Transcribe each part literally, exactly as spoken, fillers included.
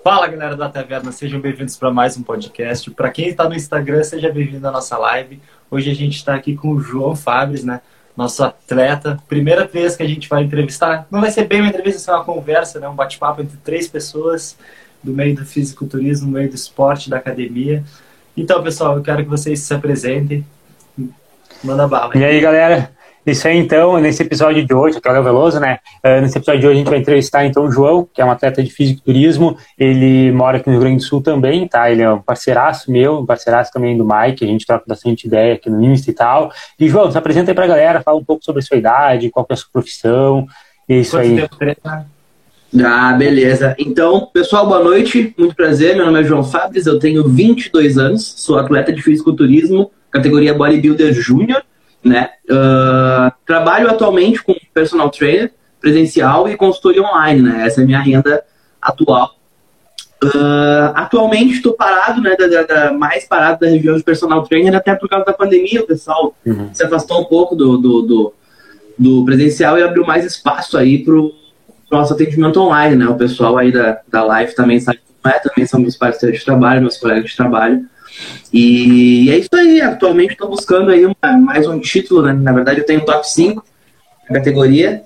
Fala, galera da Taverna, sejam bem-vindos para mais um podcast. Para quem está no Instagram, seja bem-vindo à nossa live. Hoje a gente está aqui com o João Fabres, né? Nosso atleta. Primeira vez que a gente vai entrevistar. Não vai ser bem uma entrevista, vai ser uma conversa, né? Um bate-papo entre três pessoas do meio do fisiculturismo, do meio do esporte, da academia. Então, pessoal, eu quero que vocês se apresentem. Manda bala. E aí, galera? Isso aí, então, nesse episódio de hoje, que é o Léo Veloso, né? Uh, nesse episódio de hoje a gente vai entrevistar, então, o João, que é um atleta de fisiculturismo. Ele mora aqui no Rio Grande do Sul também, tá? Ele é um parceiraço meu, um parceiraço também do Mike. A gente troca bastante ideia aqui no Insta e tal. E, João, se apresenta aí pra galera, fala um pouco sobre a sua idade, qual que é a sua profissão. E é isso Quanto aí. tempo treina? Ah, beleza. Então, pessoal, boa noite. Muito prazer. Meu nome é João Fabres, eu tenho vinte e dois anos, sou atleta de fisiculturismo, categoria Bodybuilder Júnior, né? Uh, trabalho atualmente com personal trainer presencial e consultoria online, né? Essa é a minha renda atual. Uh, atualmente estou parado, né? Da, da, da, mais parado da região de personal trainer, até por causa da pandemia. O pessoal uhum. se afastou um pouco do, do, do, do presencial e abriu mais espaço aí para o nosso atendimento online, né? O pessoal aí da, da live também sabe como é, também são meus parceiros de trabalho, meus colegas de trabalho. E é isso aí, atualmente estou buscando aí uma, mais um título, né? Na verdade eu tenho um top cinco na categoria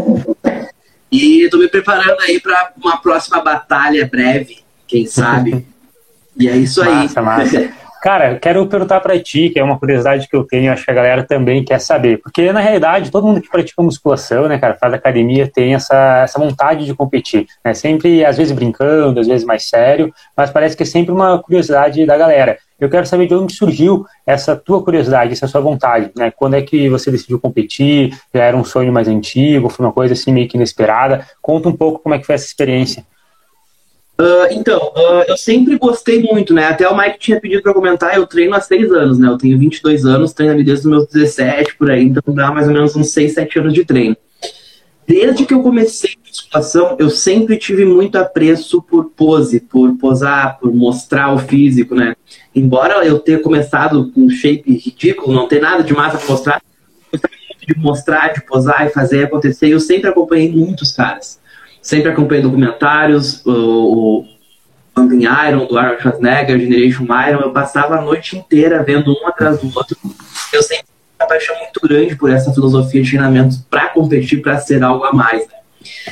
e estou me preparando aí para uma próxima batalha breve, quem sabe. E é isso aí. Massa, massa. Cara, quero perguntar pra ti, que é uma curiosidade que eu tenho, acho que a galera também quer saber, porque na realidade todo mundo que pratica musculação, né, cara, faz academia, tem essa, essa vontade de competir, né, sempre às vezes brincando, às vezes mais sério, mas parece que é sempre uma curiosidade da galera. Eu quero saber de onde surgiu essa tua curiosidade, essa sua vontade, né, quando é que você decidiu competir, já era um sonho mais antigo, foi uma coisa assim meio que inesperada, conta um pouco como é que foi essa experiência. Uh, então, uh, eu sempre gostei muito, né? Até o Mike tinha pedido para comentar, eu treino há seis anos, né? Eu tenho vinte e dois anos, treino ali desde os meus dezessete, por aí, então dá mais ou menos uns seis, sete anos de treino. Desde que eu comecei a musculação, eu sempre tive muito apreço por pose, por posar, por mostrar o físico, né? Embora eu tenha começado com um shape ridículo, não ter nada de massa para mostrar, eu gostava muito de mostrar, de posar e fazer acontecer, e eu sempre acompanhei muitos caras. Sempre acompanhei documentários, o, o Pumping Iron, do Arnold Schwarzenegger, Generation Iron. Eu passava a noite inteira vendo um atrás do outro. Eu sempre tive uma paixão muito grande por essa filosofia de treinamento para competir, para ser algo a mais, né?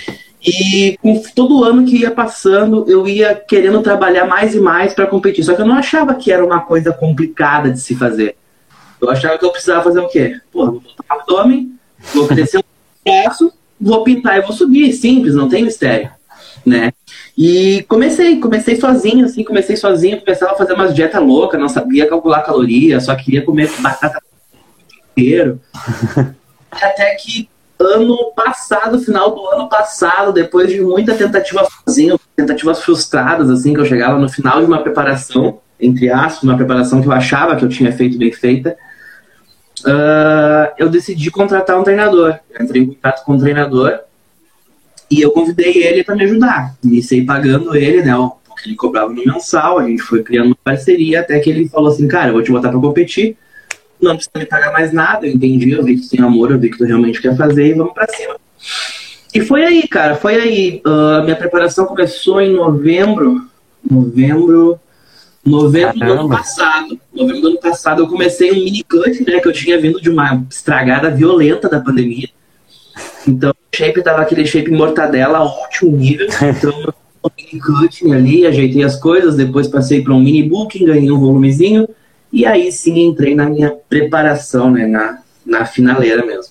E com todo ano que ia passando, eu ia querendo trabalhar mais e mais para competir. Só que eu não achava que era uma coisa complicada de se fazer. Eu achava que eu precisava fazer o quê? Pô, vou botar o abdômen, vou crescer um braço, vou pintar e vou subir, simples, não tem mistério, né? E comecei, comecei sozinho, assim, comecei sozinho, começava a fazer umas dietas loucas, não sabia calcular caloria, só queria comer batata inteiro. Até que ano passado, final do ano passado, depois de muita tentativa sozinho, tentativas frustradas, assim, que eu chegava no final de uma preparação, entre aspas, uma preparação que eu achava que eu tinha feito bem feita, Uh, eu decidi contratar um treinador. Eu entrei em contato com um treinador e eu convidei ele para me ajudar. Iniciei pagando ele, né? Porque ele cobrava no mensal. A gente foi criando uma parceria até que ele falou assim: cara, eu vou te botar para competir, não precisa me pagar mais nada. Eu entendi, eu vi que tu tem amor, eu vi que tu realmente quer fazer e vamos para cima. E foi aí, cara, foi aí. Uh, minha preparação começou em novembro. Novembro. Novembro do ano passado. Novembro do ano passado eu comecei um mini cut, né? Que eu tinha vindo de uma estragada violenta da pandemia. Então o shape tava aquele shape mortadela ao último nível. Então eu fiz um mini cut ali, ajeitei as coisas, depois passei para um mini booking, ganhei um volumezinho. E aí sim entrei na minha preparação, né? Na, na finaleira mesmo.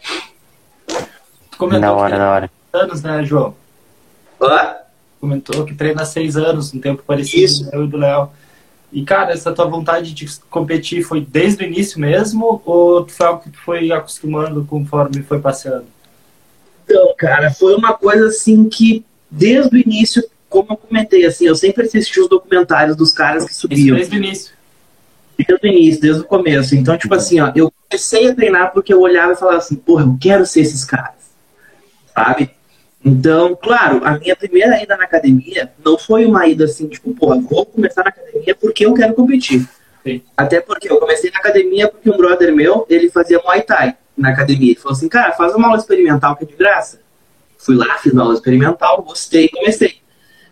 Tu comentou na hora, na hora. anos, né, João? Hã? Comentou que treina há seis anos, um tempo parecido Isso. do meu e do Léo. E, cara, essa tua vontade de competir foi desde o início mesmo ou foi algo que tu foi acostumando conforme foi passando? Então, cara, foi uma coisa assim que, desde o início, como eu comentei, assim, eu sempre assisti os documentários dos caras que subiam. Isso desde o início? Desde o início, desde o começo. Então, tipo assim, ó, eu comecei a treinar porque eu olhava e falava assim, porra, eu quero ser esses caras, sabe? Então, claro, a minha primeira ida na academia não foi uma ida assim, tipo, porra, vou começar na academia porque eu quero competir. Sim. Até porque eu comecei na academia porque um brother meu, ele fazia Muay Thai na academia. Ele falou assim, cara, faz uma aula experimental que é de graça. Fui lá, fiz uma aula experimental, gostei e comecei.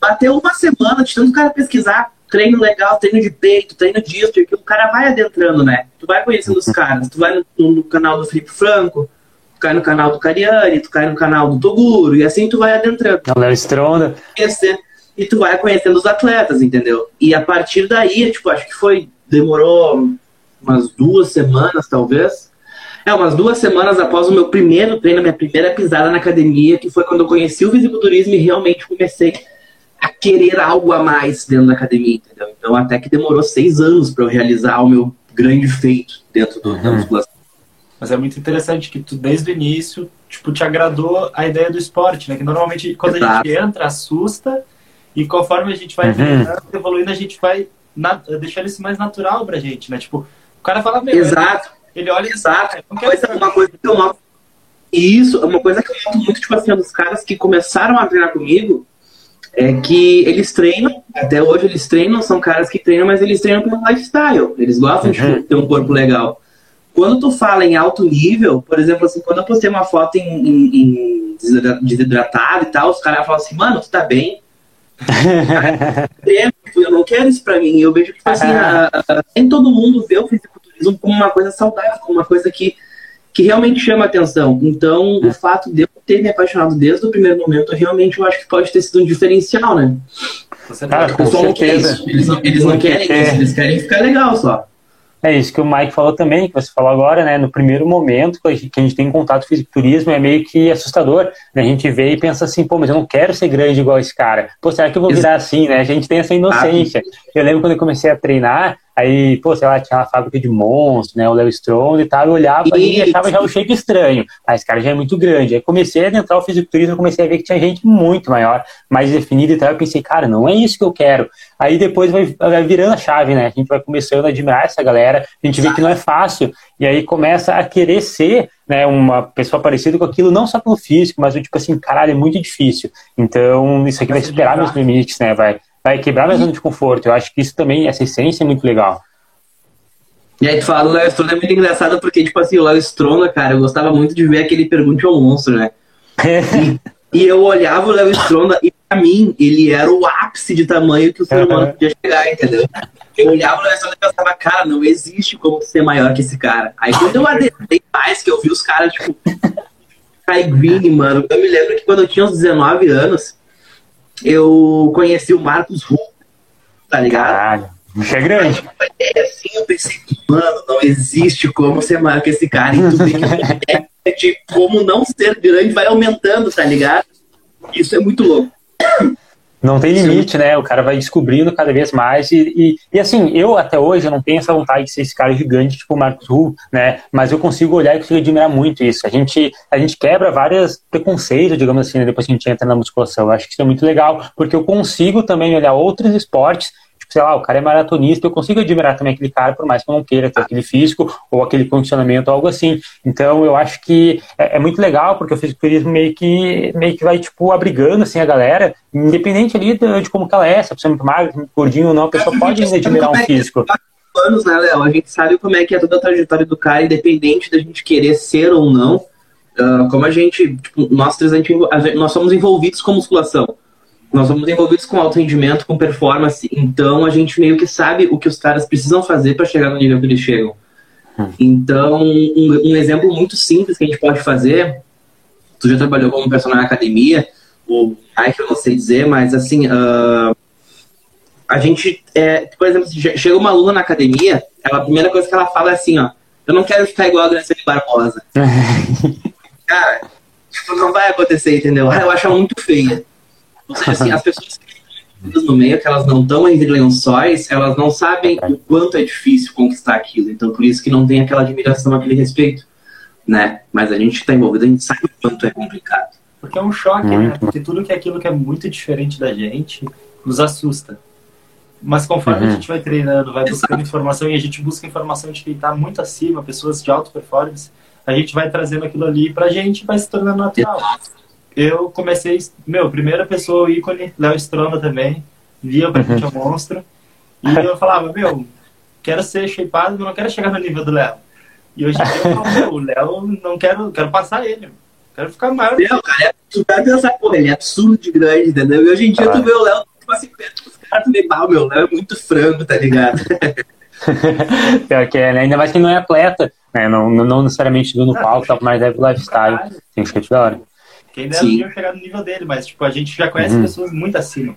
bateu uma semana de tanto o cara pesquisar, treino legal, treino de peito, treino disso, porque o cara vai adentrando, né? Tu vai conhecendo os caras, tu vai no, no canal do Felipe Franco, tu cai no canal do Cariani, tu cai no canal do Toguro, e assim tu vai adentrando. O Léo Stronda. E tu vai conhecendo os atletas, entendeu? E a partir daí, tipo, acho que foi, demorou umas duas semanas, talvez. É, umas duas semanas após o meu primeiro treino, a minha primeira pisada na academia, que foi quando eu conheci o fisiculturismo e realmente comecei a querer algo a mais dentro da academia, entendeu? Então até que demorou seis anos para eu realizar o meu grande feito dentro do, da musculação. Mas é muito interessante que tu, desde o início, tipo, te agradou a ideia do esporte, né? Que normalmente quando Exato. a gente entra, assusta, e conforme a gente vai uhum. evoluindo, a gente vai na, deixando isso mais natural pra gente, né? Tipo, o cara fala, meu, Exato. Ele, ele olha Exato. Uma coisa, uma coisa que eu noto. Isso, uma coisa que eu noto muito, tipo assim, dos caras que começaram a treinar comigo, é que eles treinam, até hoje eles treinam, são caras que treinam, mas eles treinam pelo lifestyle. Eles gostam uhum. de ter um corpo legal. Quando tu fala em alto nível, por exemplo, assim, quando eu postei uma foto em, em, em desidratado e tal, os caras falam assim, mano, tu tá bem? Eu não quero isso pra mim. Eu vejo que, tipo assim, a, a, nem todo mundo vê o fisiculturismo como uma coisa saudável, como uma coisa que, que realmente chama atenção. Então, o fato de eu ter me apaixonado desde o primeiro momento, realmente eu acho que pode ter sido um diferencial, né? Cara, com certeza. Não eles, não, eles não querem isso, eles querem ficar legal só. É isso que o Mike falou também, que você falou agora, né? No primeiro momento que a gente, que a gente tem contato com o fisiculturismo, é meio que assustador, né? A gente vê e pensa assim, pô, mas eu não quero ser grande igual esse cara. Pô, será que eu vou virar assim, né? A gente tem essa inocência. Eu lembro quando eu comecei a treinar, aí, pô, sei lá, tinha uma fábrica de monstros, né? O Léo Stronda e tal, eu olhava e, e achava já o shape estranho. Ah, esse cara já é muito grande. Aí comecei a adentrar o fisiculturismo, comecei a ver que tinha gente muito maior, mais definida e tal. Eu pensei, cara, não é isso que eu quero. Aí depois vai, vai virando a chave, né? A gente vai começando a admirar essa galera, a gente vê que não é fácil, e aí começa a querer ser, né, uma pessoa parecida com aquilo, não só pelo físico, mas o tipo assim, caralho, é muito difícil. Então, isso aqui vai superar meus limites, né? Vai, vai quebrar minha zona de conforto. Eu acho que isso também, essa essência é muito legal. E aí tu fala, o Léo Stronda é muito engraçado porque, tipo assim, o Léo Stronda, cara, eu gostava muito de ver aquele Pergunte ao Monstro, né? e, e eu olhava o Léo Stronda e pra mim, ele era o ápice de tamanho que o ser humano podia chegar, entendeu? Eu olhava o Léo Stronda e pensava, cara, não existe como ser maior que esse cara. Aí quando eu adentrei mais, que eu vi os caras, tipo, Kai Green, mano, eu me lembro que quando eu tinha uns dezenove anos, eu conheci o Marcos Hull, tá ligado? Caralho. Bicho é grande. É assim, eu pensei, mano, não existe como ser maior que esse cara. E tu vê que de como não ser grande vai aumentando, tá ligado? Isso é muito louco. Não tem limite, né? O cara vai descobrindo cada vez mais. E, e, e assim, eu até hoje eu não tenho essa vontade de ser esse cara gigante, tipo o Marcos Hull, né? Mas eu consigo olhar e consigo admirar muito isso. A gente, a gente quebra vários preconceitos, digamos assim, né? Depois que a gente entra na musculação. Eu acho que isso é muito legal, porque eu consigo também olhar outros esportes. Sei lá, o cara é maratonista, eu consigo admirar também aquele cara, por mais que eu não queira ter aquele físico ou aquele condicionamento, algo assim. Então, eu acho que é, é muito legal, porque o fisiculturismo meio que, meio que vai, tipo, abrigando, assim, a galera, independente ali de, de como que ela é, se a pessoa é muito magra, muito gordinho ou não, a pessoa pode admirar um físico. Anos, né, Léo? A gente sabe como é que é toda a trajetória do cara, independente da gente querer ser ou não. Uh, como a gente, tipo, nós três, a gente, nós somos envolvidos com musculação. Nós somos envolvidos com alto rendimento, com performance, então a gente meio que sabe o que os caras precisam fazer para chegar no nível que eles chegam. Hum. Então, um, um exemplo muito simples que a gente pode fazer, tu já trabalhou como personal na academia, o Mike eu não sei dizer, mas assim, uh, a gente, é, por exemplo, chega uma aluna na academia, ela, a primeira coisa que ela fala é assim, ó, eu não quero ficar igual a Graciela Barbosa. Cara, tipo, não vai acontecer, entendeu? Eu acho ela muito feia. Ou seja, assim, as pessoas que estão no meio, que elas não estão entre lençóis, elas não sabem o quanto é difícil conquistar aquilo. Então, por isso que não tem aquela admiração, aquele respeito, né? Mas a gente que está envolvido, a gente sabe o quanto é complicado. Porque é um choque, né? Porque tudo que é aquilo que é muito diferente da gente nos assusta. Mas conforme uhum. a gente vai treinando, vai buscando Exato. informação, e a gente busca informação de quem está muito acima, pessoas de alta performance, a gente vai trazendo aquilo ali pra gente e vai se tornando natural. Exato. Eu comecei, meu, primeira pessoa, o ícone, Léo Stronda também, via o Pergunte ao Monstro, e eu falava, meu, quero ser shapeado, mas não quero chegar no nível do Léo. E hoje em dia eu falo, meu, o Léo, não quero, quero passar ele, quero ficar maior. Meu, cara, tu vai pensar, pô, ele é absurdo de grande, entendeu? E hoje em dia ah. tu vê o Léo cara também, bah, meu Léo é muito frango, tá ligado? Pior que é, né? Ainda mais que não é atleta, né? Não, não, não necessariamente do no palco, tá, mas é lifestyle. Tem que ser da hora. Quem dera não chegar no nível dele, mas tipo, a gente já conhece uhum. pessoas muito acima.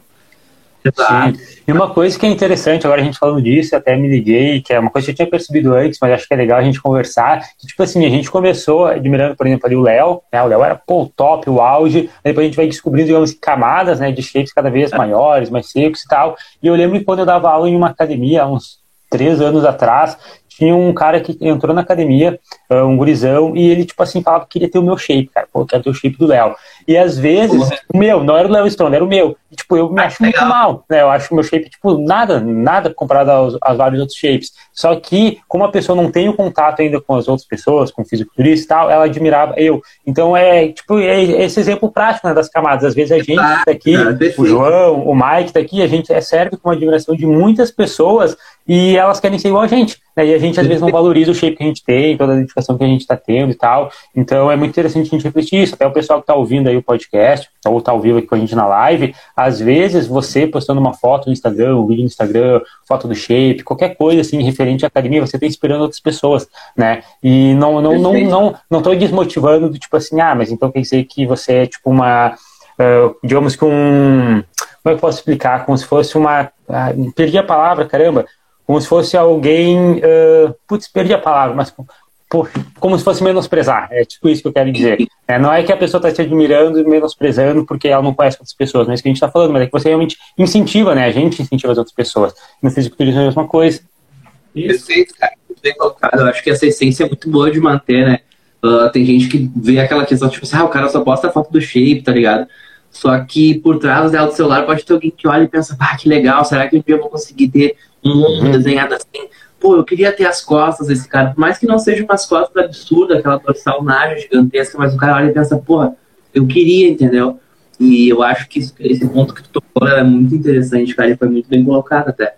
Sim. E uma coisa que é interessante, agora a gente falando disso, até me liguei, que é uma coisa que eu tinha percebido antes, mas acho que é legal a gente conversar, que, tipo assim, a gente começou admirando, por exemplo, ali o Léo, né, o Léo era, pô, o top, o auge, depois a gente vai descobrindo, digamos, camadas, né, de shapes cada vez maiores, mais secos e tal, e eu lembro que quando eu dava aula em uma academia, há uns três anos atrás, tinha um cara que entrou na academia, um gurizão, e ele, tipo assim, falava que queria ter o meu shape, cara, pô, eu quero ter o shape do Léo. E às vezes, uhum. o meu, não era o Léo Stronda, era o meu. E, tipo, eu me ah, acho legal. muito mal, né? Eu acho o meu shape, tipo, nada, nada comparado aos, aos vários outros shapes. Só que, como a pessoa não tem o contato ainda com as outras pessoas, com o fisiculturista e tal, ela admirava eu. Então, é, tipo, é esse exemplo prático, né, das camadas. Às vezes a gente tá aqui, ah, o João, o Mike tá aqui, a gente é serve com a admiração de muitas pessoas e elas querem ser igual a gente, né? E a gente, às vezes, não valoriza o shape que a gente tem, toda a dedicação que a gente tá tendo e tal. Então, é muito interessante a gente refletir isso. Até o pessoal que tá ouvindo aí o podcast, ou tá ao vivo aqui com a gente na live, às vezes você postando uma foto no Instagram, um vídeo no Instagram, foto do shape, qualquer coisa assim referente à academia, você tá inspirando outras pessoas, né? E não não não não não tô desmotivando do tipo assim, ah, mas então quer dizer que você é tipo uma, uh, digamos que um, como é que eu posso explicar? Como se fosse uma, uh, perdi a palavra, caramba, como se fosse alguém, uh, putz, perdi a palavra, mas como se fosse menosprezar, é tipo isso que eu quero dizer. É, não é que a pessoa está te admirando e menosprezando porque ela não conhece outras pessoas, não é isso que a gente está falando, mas é que você realmente incentiva, né? A gente incentiva as outras pessoas. No fisiculturismo é a mesma coisa. Isso. Perfeito, cara. Muito bem colocado. Eu acho que essa essência é muito boa de manter, né? Uh, tem gente que vê aquela questão, tipo assim, ah, o cara só posta a foto do shape, tá ligado? Só que por trás dela do celular pode ter alguém que olha e pensa, ah, que legal, será que um dia eu vou conseguir ter um mundo uhum. desenhado assim? Pô, eu queria ter as costas desse cara, por mais que não seja umas costas absurdas, aquela dorsal nárea gigantesca, mas o cara olha e pensa, porra, eu queria, entendeu? E eu acho que isso, esse ponto que tu tocou é muito interessante, cara, e foi muito bem colocado até.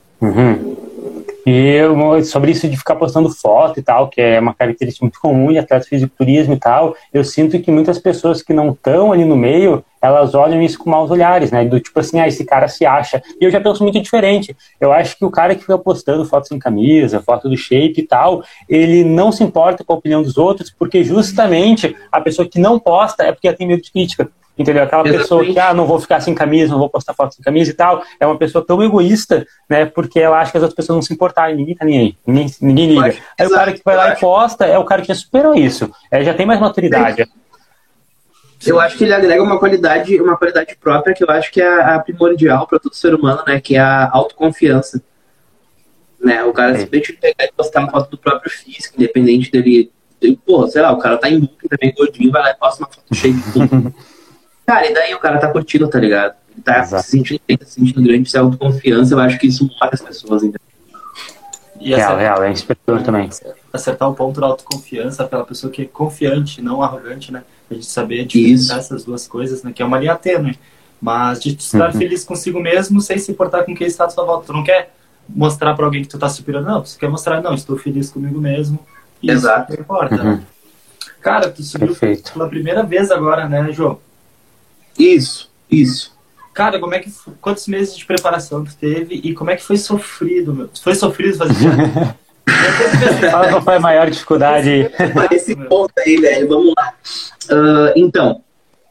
Uhum. E eu, sobre isso de ficar postando foto e tal, que é uma característica muito comum de atletas de fisiculturismo e tal, eu sinto que muitas pessoas que não estão ali no meio, elas olham isso com maus olhares, né? Do tipo assim, ah, esse cara se acha. E eu já penso muito diferente. Eu acho que o cara que fica postando fotos sem camisa, foto do shape e tal, ele não se importa com a opinião dos outros, porque justamente a pessoa que não posta é porque ela tem medo de crítica. Entendeu? Aquela Exatamente. pessoa que, ah, não vou ficar sem camisa, não vou postar foto sem camisa e tal, é uma pessoa tão egoísta, né, porque ela acha que as outras pessoas não se importarem, ninguém tá nem aí, ninguém, ninguém liga. Aí Exato. o cara que vai lá e posta é o cara que já superou isso, é, já tem mais maturidade. Eu acho que ele agrega uma qualidade, uma qualidade própria que eu acho que é a primordial para todo ser humano, né, que é a autoconfiança. Né, o cara simplesmente pegar e postar uma foto do próprio físico, independente dele, pô, sei lá, o cara tá em book também gordinho, vai lá e posta uma foto cheia de cara, e daí o cara tá curtindo, tá ligado? Ele tá Exato. se sentindo bem, tá se sentindo grande, se é autoconfiança, eu acho que isso move as pessoas ainda. E acertar, real, real, é inspirador também. Acertar o ponto da autoconfiança pela pessoa que é confiante, não arrogante, né? A gente saber diferenciar essas duas coisas, né? Que é uma linha tênue. Mas de estar uhum. feliz consigo mesmo, sem se importar com quem está à sua volta. Tu não quer mostrar pra alguém que tu tá superando, não. Tu quer mostrar, não, estou feliz comigo mesmo. E Exato. Isso não importa, uhum. né? Cara, tu subiu Perfeito. pela primeira vez agora, né, João? Isso, isso. Cara, como é que quantos meses de preparação tu teve e como é que foi sofrido, meu? Foi sofrido fazer dieta? Qual foi a maior dificuldade? Esse ponto aí, velho, vamos lá. Uh, então,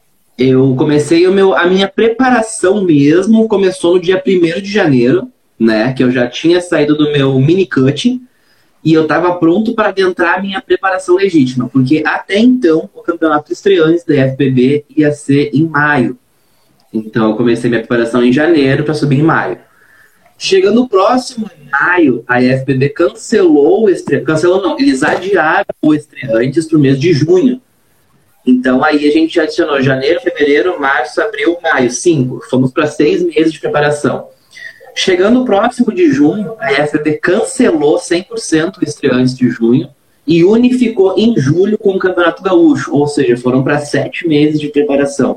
eu comecei o meu, a minha preparação mesmo começou no dia primeiro de janeiro, né? Que eu já tinha saído do meu mini cutting e eu estava pronto para adentrar a minha preparação legítima, porque até então o campeonato estreante da F P B ia ser em maio. Então eu comecei minha preparação em janeiro para subir em maio. Chegando próximo em maio, a F P B cancelou o estreante. Cancelou não, eles adiaram o estreantes para o mês de junho. Então aí a gente adicionou janeiro, fevereiro, março, abril, maio, cinco. Fomos para seis meses de preparação. Chegando próximo de junho, a F P B cancelou cem por cento o estreantes de junho e unificou em julho com o Campeonato Gaúcho. Ou seja, foram para sete meses de preparação.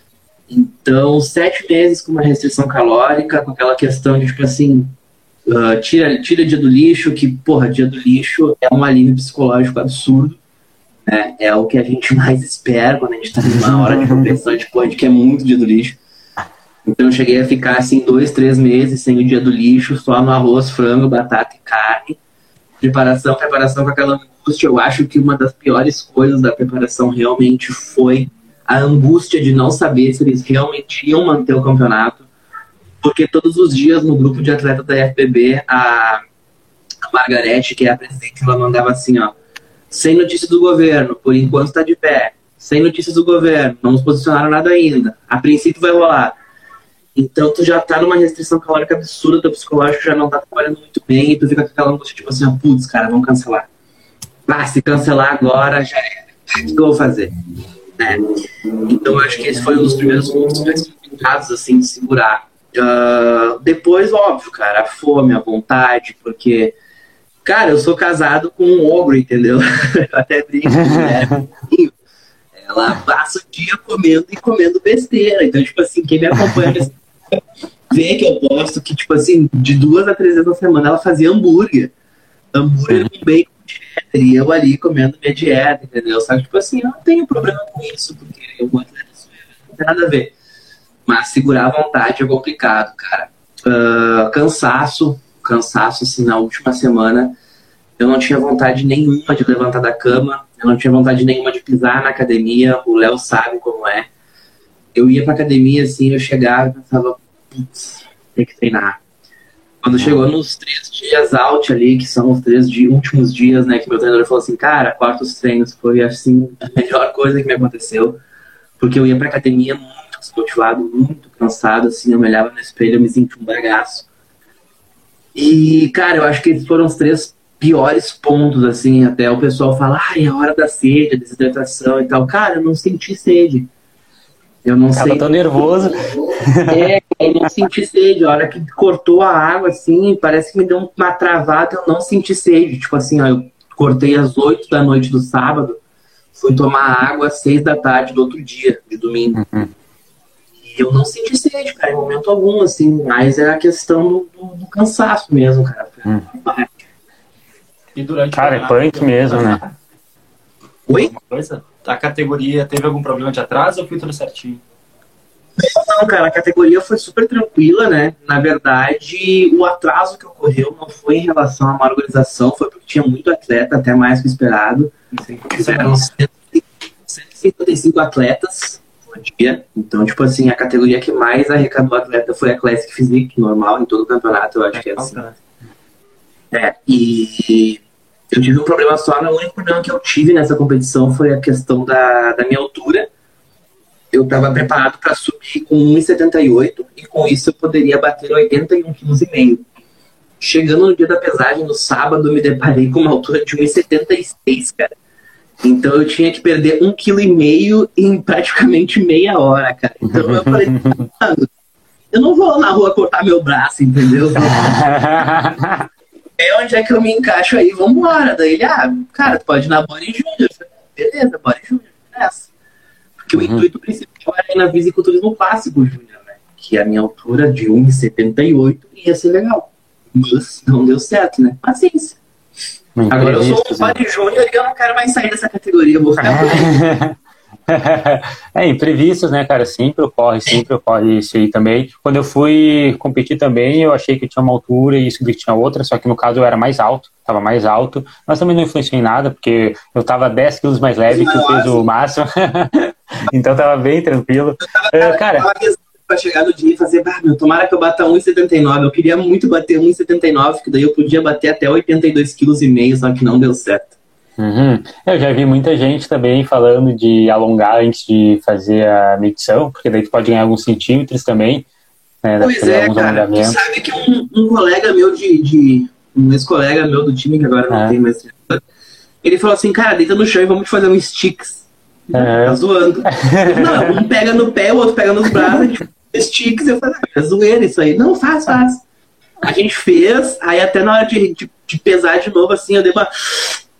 Então, sete meses com uma restrição calórica, com aquela questão de, tipo assim, uh, tira, tira dia do lixo, que, porra, dia do lixo é um alívio psicológico absurdo. Né? É o que a gente mais espera quando a gente tá numa hora de competição, tipo, a gente quer muito dia do lixo. Então eu cheguei a ficar assim dois, três meses sem o dia do lixo, só no arroz, frango, batata e carne. Preparação, preparação com aquela angústia. Eu acho que uma das piores coisas da preparação realmente foi a angústia de não saber se eles realmente iam manter o campeonato. Porque todos os dias no grupo de atletas da F P B, a, a Margarete, que é a presidente, ela mandava assim, ó, sem notícia do governo, por enquanto está de pé. Sem notícias do governo, não nos posicionaram nada ainda. A princípio vai rolar. Então tu já tá numa restrição calórica absurda, teu psicológico já não tá trabalhando muito bem, e tu fica com aquela angústia, tipo assim, putz, cara, vamos cancelar. Ah, se cancelar agora, já é. O que eu vou fazer? Né? Então eu acho que esse foi um dos primeiros pontos mais complicados, assim, de segurar. Uh, depois, óbvio, cara, a fome, a vontade, porque, cara, eu sou casado com um ogro, entendeu? Eu até brinco, né? Ela passa o dia comendo e comendo besteira. Então, tipo assim, quem me acompanha vê que eu posto que, tipo assim, de duas a três vezes na semana ela fazia hambúrguer. Hambúrguer com bacon cheddar. E eu ali comendo minha dieta, entendeu? Só que, tipo assim, eu não tenho problema com isso, porque eu vou atleta não tem nada a ver. Mas segurar a vontade é complicado, cara. Uh, cansaço, cansaço, assim, na última semana, eu não tinha vontade nenhuma de levantar da cama. Eu não tinha vontade nenhuma de pisar na academia. O Léo sabe como é. Eu ia pra academia, assim, eu chegava e pensava, putz, tem que treinar. Quando chegou nos três dias out ali, que são os três dias, últimos dias, né, que meu treinador falou assim, cara, quarta os treinos, foi, assim, a melhor coisa que me aconteceu. Porque eu ia pra academia muito desmotivado, muito cansado, assim, eu me olhava no espelho, eu me sentia um bagaço. E, cara, eu acho que esses foram os três piores pontos, assim, até o pessoal fala, ai, a hora da sede, a desidratação e tal. Cara, eu não senti sede. Eu não sei. Tava tão nervoso. É, eu não senti sede. A hora que cortou a água, assim, parece que me deu uma travada, eu não senti sede. Tipo assim, ó, eu cortei às oito da noite do sábado, fui tomar água às seis da tarde do outro dia, de domingo. Uhum. E eu não senti sede, cara, em momento algum, assim, mas é a questão do, do, do cansaço mesmo, cara. Uhum. E durante cara, é punk mesmo, né? Oi? Coisa? A categoria teve algum problema de atraso ou foi tudo certinho? Não, cara, a categoria foi super tranquila, né? Na verdade, o atraso que ocorreu não foi em relação à má organização, foi porque tinha muito atleta, até mais que o esperado. Fizeram cento e cinquenta e cinco atletas no dia. Então, tipo assim, a categoria que mais arrecadou atleta foi a Classic Physique, normal, em todo o campeonato, eu acho é, que é assim. É, e eu tive um problema só, o único problema que eu tive nessa competição foi a questão da, da minha altura. Eu estava preparado para subir com um e setenta e oito e com isso eu poderia bater oitenta e um vírgula cinco quilos. Chegando no dia da pesagem, no sábado, eu me deparei com uma altura de um e setenta e seis, cara. Então eu tinha que perder um vírgula cinco quilos em praticamente meia hora, cara. Então eu falei, eu não vou na rua cortar meu braço, entendeu? É onde é que eu me encaixo aí, vambora. Daí ele, ah, cara, tu pode ir na Body Júnior. Beleza, Body Júnior, nessa. Porque uhum. o intuito principal era ir na fisiculturismo clássico júnior, né? Que a minha altura de um e setenta e oito ia ser legal. Mas não deu certo, né? Paciência. Hum, Agora eu sou um Body Júnior e eu não quero mais sair dessa categoria, eu vou ficar por aí. É, imprevistos, né, cara? Sempre ocorre, sempre ocorre isso aí também. Quando eu fui competir também, eu achei que eu tinha uma altura e descobri que tinha outra, só que no caso eu era mais alto, tava mais alto, mas também não influenciou em nada, porque eu tava dez quilos mais leve que o peso máximo, então tava bem tranquilo. Uh, cara, pra chegar no dia e fazer, ah, meu, tomara que eu bata um e setenta e nove, eu queria muito bater um e setenta e nove, que daí eu podia bater até oitenta e dois quilos e meio, só que não deu certo. Uhum. Eu já vi muita gente também falando de alongar antes de fazer a medição, porque daí tu pode ganhar alguns centímetros também, né? Pois é, cara, tu sabe que um, um colega meu de, de um ex-colega meu do time, que agora não é. tem mais, ele falou assim, cara, deita no chão e vamos fazer um sticks. É. Tá zoando. Não, um pega no pé, o outro pega nos braços, a gente faz sticks, eu falei, ah, é zoeira isso aí. Não, faz, faz. A gente fez, aí até na hora de, de, de pesar de novo, assim, eu dei uma...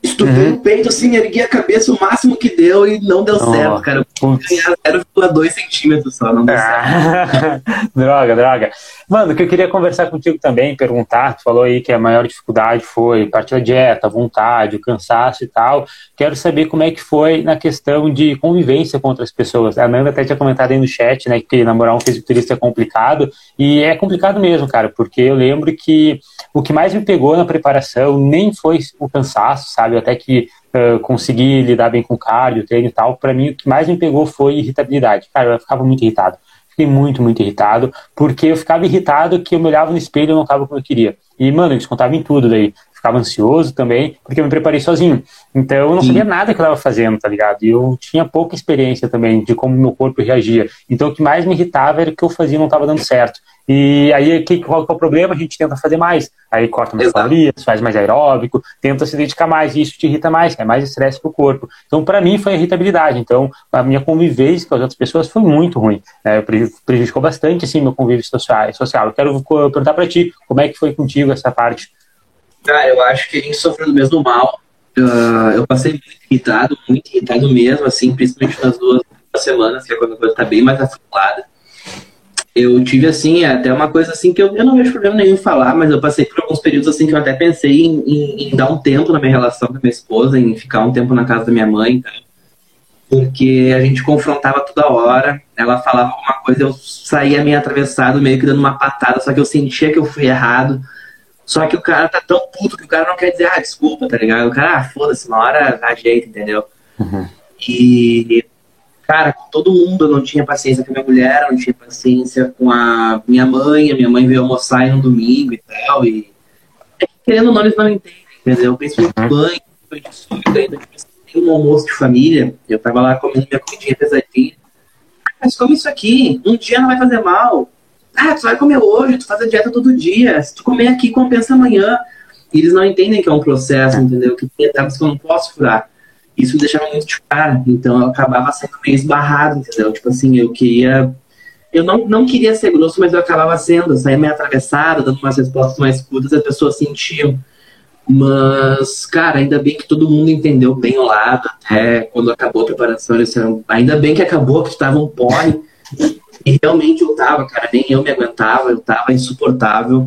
Estupei uhum. o peito, assim, ergui a cabeça o máximo que deu e não deu oh, certo, cara. Eu consegui ganhar zero vírgula dois centímetros só, não deu ah. certo. droga, droga. Mano, o que eu queria conversar contigo também, perguntar, tu falou aí que a maior dificuldade foi parte da dieta, a vontade, o cansaço e tal. Quero saber como é que foi na questão de convivência com outras pessoas. A Nanda até tinha comentado aí no chat, né, que namorar um fisiculturista é complicado, e é complicado mesmo, cara, porque eu lembro que o que mais me pegou na preparação nem foi o cansaço, sabe? Até que uh, consegui lidar bem com o cardio, treino e tal. Pra mim, o que mais me pegou foi irritabilidade. Cara, eu ficava muito irritado. Fiquei muito, muito irritado, porque eu ficava irritado que eu me olhava no espelho e não estava como eu queria. E, mano, eu descontava em tudo daí. Ficava ansioso também, porque eu me preparei sozinho. Então, eu não Sim. sabia nada que eu estava fazendo, tá ligado? E eu tinha pouca experiência também de como meu corpo reagia. Então, o que mais me irritava era o que eu fazia e não estava dando certo. E aí, que, qual que é o problema? A gente tenta fazer mais. Aí corta mais calorias, faz mais aeróbico, tenta se dedicar mais, e isso te irrita mais, é mais estresse pro corpo. Então, para mim, foi a irritabilidade. Então, a minha convivência com as outras pessoas foi muito ruim. Né? Prejudicou bastante, assim, meu convívio social. Eu quero perguntar para ti, como é que foi contigo essa parte? Cara, eu acho que a gente sofreu do mesmo mal. Uh, eu passei muito irritado, muito irritado mesmo, assim, principalmente nas duas semanas, que é quando a coisa tá bem mais afundada. Eu tive, assim, até uma coisa assim que eu, eu não vejo problema nenhum em falar, mas eu passei por alguns períodos assim que eu até pensei em, em, em dar um tempo na minha relação com a minha esposa, em ficar um tempo na casa da minha mãe, tá? Porque a gente confrontava toda hora, ela falava alguma coisa, eu saía meio atravessado, meio que dando uma patada, só que eu sentia que eu fui errado. Só que o cara tá tão puto que o cara não quer dizer, ah, desculpa, tá ligado? O cara, ah, foda-se, na hora dá jeito, entendeu? Uhum. E... Cara, com todo mundo eu não tinha paciência com a minha mulher, eu não tinha paciência com a minha mãe, a minha mãe veio almoçar no domingo e tal, e querendo ou não, eles não entendem, entendeu? Principalmente uhum. mãe, foi de suíra, ainda tem um almoço de família, eu tava lá comendo minha comidinha pesadinha, ah, mas come isso aqui, um dia não vai fazer mal, ah, tu vai comer hoje, tu faz a dieta todo dia, se tu comer aqui, compensa amanhã, e eles não entendem que é um processo, entendeu? Que tem etapas que eu não posso furar. Isso me deixava muito de cara, então eu acabava sendo meio esbarrado, entendeu? Tipo assim, eu queria... Eu não, não queria ser grosso, mas eu acabava sendo. Eu saía meio atravessada, dando umas respostas mais curtas, as pessoas sentiam. Mas, cara, ainda bem que todo mundo entendeu bem o lado, até quando acabou a preparação. Eles disseram, ainda bem que acabou, que tu tava um porre. E realmente eu tava, cara, nem eu me aguentava, eu tava insuportável.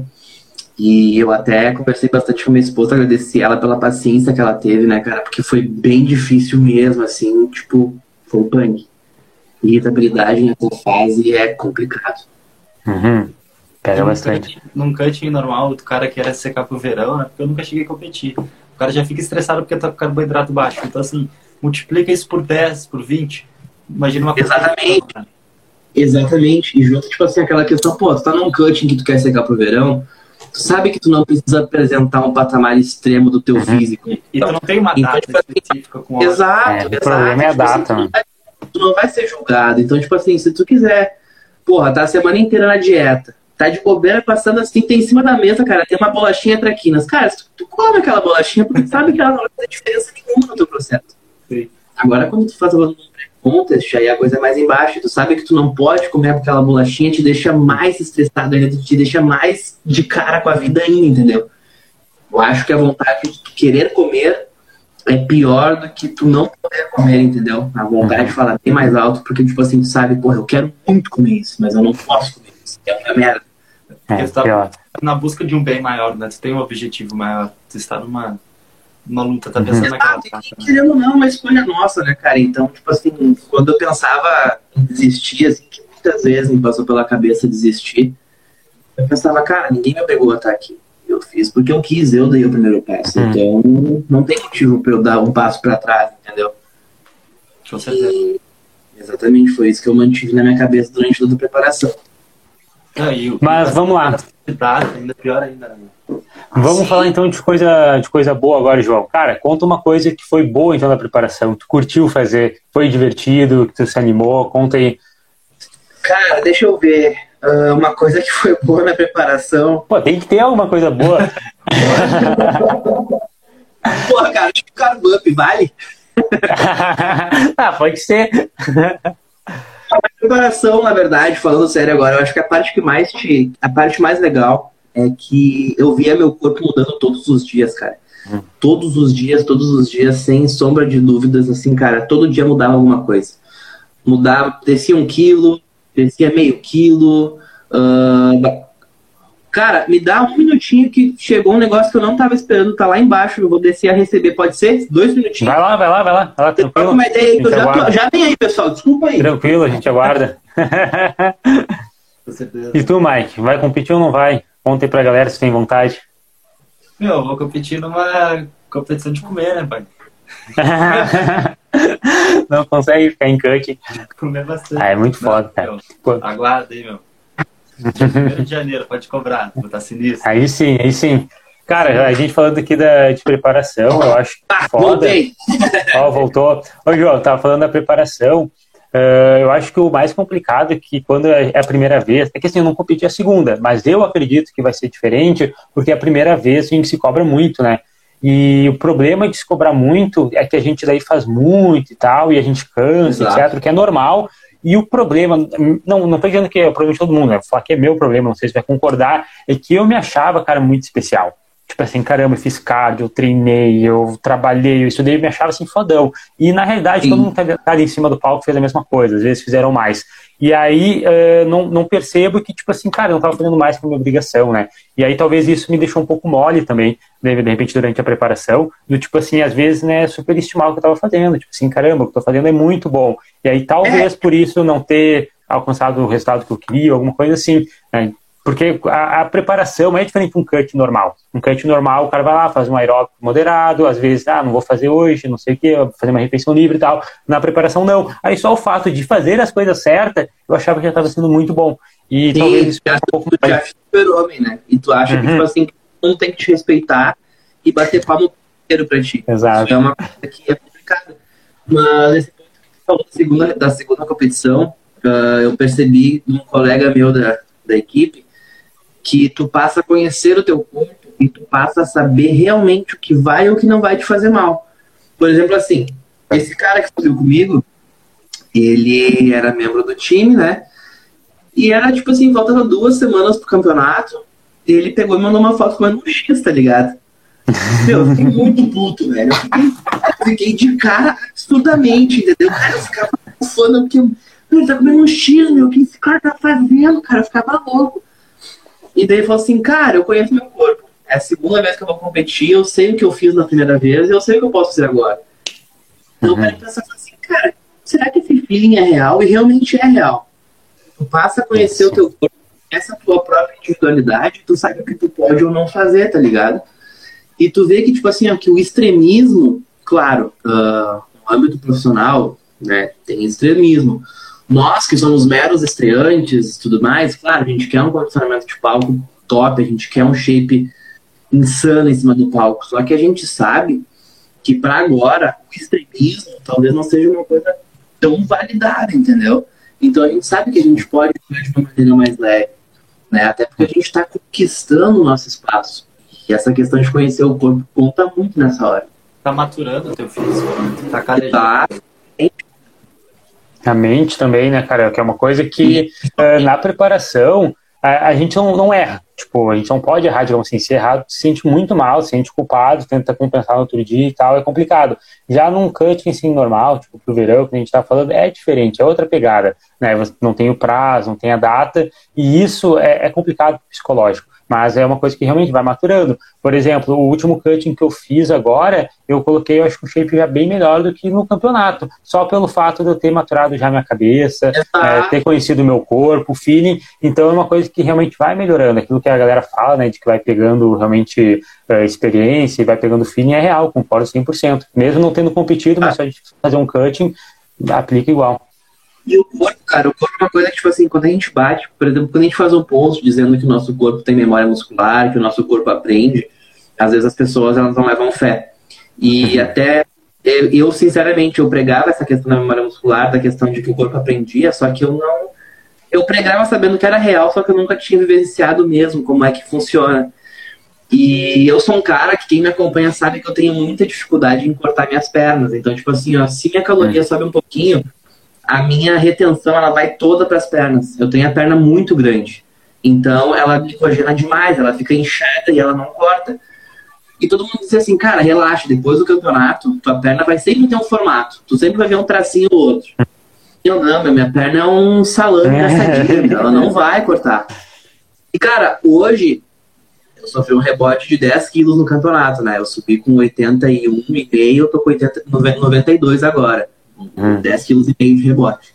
E eu até conversei bastante com minha esposa, agradeci ela pela paciência que ela teve, né, cara? Porque foi bem difícil mesmo, assim, tipo, foi um punk. Irritabilidade nessa fase é complicado. Uhum. Pega num bastante. Cutting, num cutting normal, o cara quer secar pro verão, né? Porque eu nunca cheguei a competir. O cara já fica estressado porque tá com carboidrato baixo. Então, assim, multiplica isso por dez, por vinte. Imagina uma coisa. Exatamente. Verão, Exatamente. E junto, tipo assim, aquela questão, pô, tu tá num cutting que tu quer secar pro verão, tu sabe que tu não precisa apresentar um patamar extremo do teu uhum. físico. E então, tu não tem uma então, data tipo, específica com Exato, é, exato. O problema é a tipo, data. Assim, tu, não vai, tu não vai ser julgado. Então, tipo assim, se tu quiser, porra, tá a semana inteira na dieta, tá de bobeira passando assim, tem em cima da mesa, cara, tem uma bolachinha traquinas. Cara, tu, tu come aquela bolachinha porque tu sabe que ela não vai fazer diferença nenhuma no teu processo. Sim. Agora, quando tu faz um pré-contest, aí a coisa é mais embaixo, tu sabe que tu não pode comer aquela bolachinha, te deixa mais estressado ainda, te deixa mais de cara com a vida ainda, entendeu? Eu acho que a vontade de tu querer comer é pior do que tu não poder comer, entendeu? A vontade de falar bem mais alto, porque, tipo assim, tu sabe, porra, eu quero muito comer isso, mas eu não posso comer isso, é uma merda. Porque tu tá na busca de um bem maior, né? Tu tem um objetivo maior, tu está numa, numa luta, tá pensando uhum. naquela ah, parte, né? Querendo ou não, é uma escolha nossa, né, cara? Então, tipo assim, quando eu pensava em desistir, assim, que muitas vezes me passou pela cabeça desistir, eu pensava, cara, ninguém me obrigou a estar aqui. Eu fiz porque eu quis, eu dei o primeiro passo. Uhum. Então, não tem motivo pra eu dar um passo pra trás, entendeu? Com certeza. E, exatamente, foi isso que eu mantive na minha cabeça durante toda a preparação. Ah, e, Mas vamos lá. Ainda pior ainda, né? Vamos Sim. falar então de coisa, de coisa boa agora, João. Cara, conta uma coisa que foi boa então da preparação. Tu curtiu fazer? Foi divertido? Tu se animou? Conta aí. Cara, deixa eu ver. Uh, uma coisa que foi boa na preparação. Pô, tem que ter alguma coisa boa. Porra, cara, tipo carb up, vale? Ah, pode ser. A preparação, na verdade, falando sério agora, eu acho que a parte que mais te, a parte mais legal é que eu via meu corpo mudando todos os dias, cara. Hum. Todos os dias, todos os dias, sem sombra de dúvidas, assim, cara, todo dia mudava alguma coisa. Mudava, descia um quilo, descia meio quilo. Uh, cara, me dá um minutinho que chegou um negócio que eu não tava esperando, tá lá embaixo, eu vou descer a receber, pode ser? Dois minutinhos. Vai lá, vai lá, vai lá, vai lá, tranquilo. Uma ideia aí, que eu já, tô, já vem aí, pessoal, desculpa aí. Tranquilo, a gente aguarda. Com certeza. E tu, Mike, vai competir ou não vai? Conta aí pra galera se tem vontade. Meu, eu vou competir numa competição de comer, né, pai? Não consegue ficar em cut. Comer bastante. Ah, é muito Não, foda, cara. Meu, aguarda aí, meu. primeiro de janeiro, pode cobrar, tá sinistro. Aí sim, aí sim. Cara, a gente falando aqui da, de preparação, eu acho Ah, foda. voltei. Ó, voltou. Ô, João, tava falando da preparação. Uh, eu acho que o mais complicado é que quando é a primeira vez, é que assim, eu não competi a segunda, mas eu acredito que vai ser diferente, porque a primeira vez a gente se cobra muito, né? E o problema de se cobrar muito é que a gente daí faz muito e tal, e a gente cansa, Exato. etcétera, que é normal. E o problema, não, não tô dizendo que é o problema de todo mundo, né? Vou falar que é meu problema, não sei se vai concordar, é que eu me achava, cara, muito especial. Tipo assim, caramba, eu fiz cardio, eu treinei, eu trabalhei, eu estudei, eu me achava assim fodão. E na realidade, Sim. todo mundo que tá ali em cima do palco fez a mesma coisa, às vezes fizeram mais. E aí, uh, não, não percebo que, tipo assim, cara, eu não tava fazendo mais que a minha obrigação, né? E aí talvez isso me deixou um pouco mole também, de, de repente, durante a preparação, do tipo assim, às vezes, né, superestimar o que eu tava fazendo. Tipo assim, caramba, o que eu tô fazendo é muito bom. E aí talvez por isso não ter alcançado o resultado que eu queria, alguma coisa assim, né? Porque a, a preparação é diferente de um cut normal. Um cut normal, o cara vai lá, faz um aeróbico moderado, às vezes, ah, não vou fazer hoje, não sei o quê, vou fazer uma refeição livre e tal. Na preparação, não. Aí só o fato de fazer as coisas certas, eu achava que já estava sendo muito bom. E Sim, talvez isso fosse um pouco mais... Tu acha super-homem, né? E tu acha uhum. que, tipo assim, todo mundo tem que te respeitar e bater palma inteiro pra ti. Exato. Isso é uma coisa que é complicada. Mas, nesse ponto que tu falou da segunda, da segunda competição, uh, eu percebi de um colega meu da, da equipe, que tu passa a conhecer o teu corpo e tu passa a saber realmente o que vai e o que não vai te fazer mal. Por exemplo, assim, esse cara que subiu comigo, ele era membro do time, né? E era, tipo assim, faltando duas semanas pro campeonato, ele pegou e mandou uma foto comendo um X, tá ligado? Meu, eu fiquei muito puto, velho. Eu fiquei, eu fiquei de cara absurdamente, entendeu? Cara, eu ficava falando porque ele tá comendo um X, meu, o que esse cara tá fazendo, cara? Eu ficava louco. E daí ele falou assim, cara, eu conheço meu corpo. É a segunda vez que eu vou competir, eu sei o que eu fiz na primeira vez e eu sei o que eu posso fazer agora. Então uhum. eu quero pensar assim, cara, será que esse feeling é real? E realmente é real. Tu passa a conhecer Sim. o teu corpo, essa tua própria individualidade, tu sabe o que tu pode ou não fazer, tá ligado? E tu vê que, tipo assim, ó, que o extremismo, claro, uh, no âmbito profissional, né, tem extremismo. Nós, que somos meros estreantes e tudo mais, claro, a gente quer um condicionamento de palco top, a gente quer um shape insano em cima do palco. Só que a gente sabe que para agora, o extremismo talvez não seja uma coisa tão validada, entendeu? Então a gente sabe que a gente pode jogar de uma maneira mais leve, né? Até porque a gente está conquistando o nosso espaço. E essa questão de conhecer o corpo conta muito nessa hora. Tá maturando o teu físico, tá calejando. Tá. A mente também, né, cara, que é uma coisa que uh, na preparação a, a gente não, não erra, tipo, a gente não pode errar, digamos assim, se errar, se sente muito mal, se sente culpado, tenta compensar no outro dia e tal, é complicado. Já num cut assim normal, tipo, pro verão, que a gente tá falando, é diferente, é outra pegada, né, você não tem o prazo, não tem a data, e isso é, é complicado psicológico. Mas é uma coisa que realmente vai maturando. Por exemplo, o último cutting que eu fiz agora, eu coloquei, eu acho que um shape já bem melhor do que no campeonato. Só pelo fato de eu ter maturado já minha cabeça, é, ter conhecido o meu corpo, o feeling. Então é uma coisa que realmente vai melhorando. Aquilo que a galera fala, né, de que vai pegando realmente uh, experiência e vai pegando feeling, é real, concordo cem por cento. Mesmo não tendo competido, mas só de fazer um cutting, aplica igual. E o corpo, cara, o corpo é uma coisa que, tipo assim, quando a gente bate, por exemplo, quando a gente faz um post dizendo que o nosso corpo tem memória muscular, que o nosso corpo aprende, às vezes as pessoas, elas não levam fé. E até, eu, eu, sinceramente, eu pregava essa questão da memória muscular, da questão de que o corpo aprendia, só que eu não... Eu pregava sabendo que era real, só que eu nunca tinha vivenciado mesmo como é que funciona. E eu sou um cara que quem me acompanha sabe que eu tenho muita dificuldade em cortar minhas pernas. Então, tipo assim, ó, se minha caloria sobe um pouquinho, a minha retenção ela vai toda para as pernas. Eu tenho a perna muito grande. Então, ela glicogena demais, ela fica inchada e ela não corta. E todo mundo diz assim, cara, relaxa, depois do campeonato, tua perna vai sempre ter um formato. Tu sempre vai ver um tracinho ou outro. Eu não, minha perna é um salame assadinho, ela não vai cortar. E, cara, hoje, eu sofri um rebote de dez quilos no campeonato, né? Eu subi com oitenta e um e meio, eu tô com oitenta, noventa e dois agora. Hum. dez quilos e meio de rebote.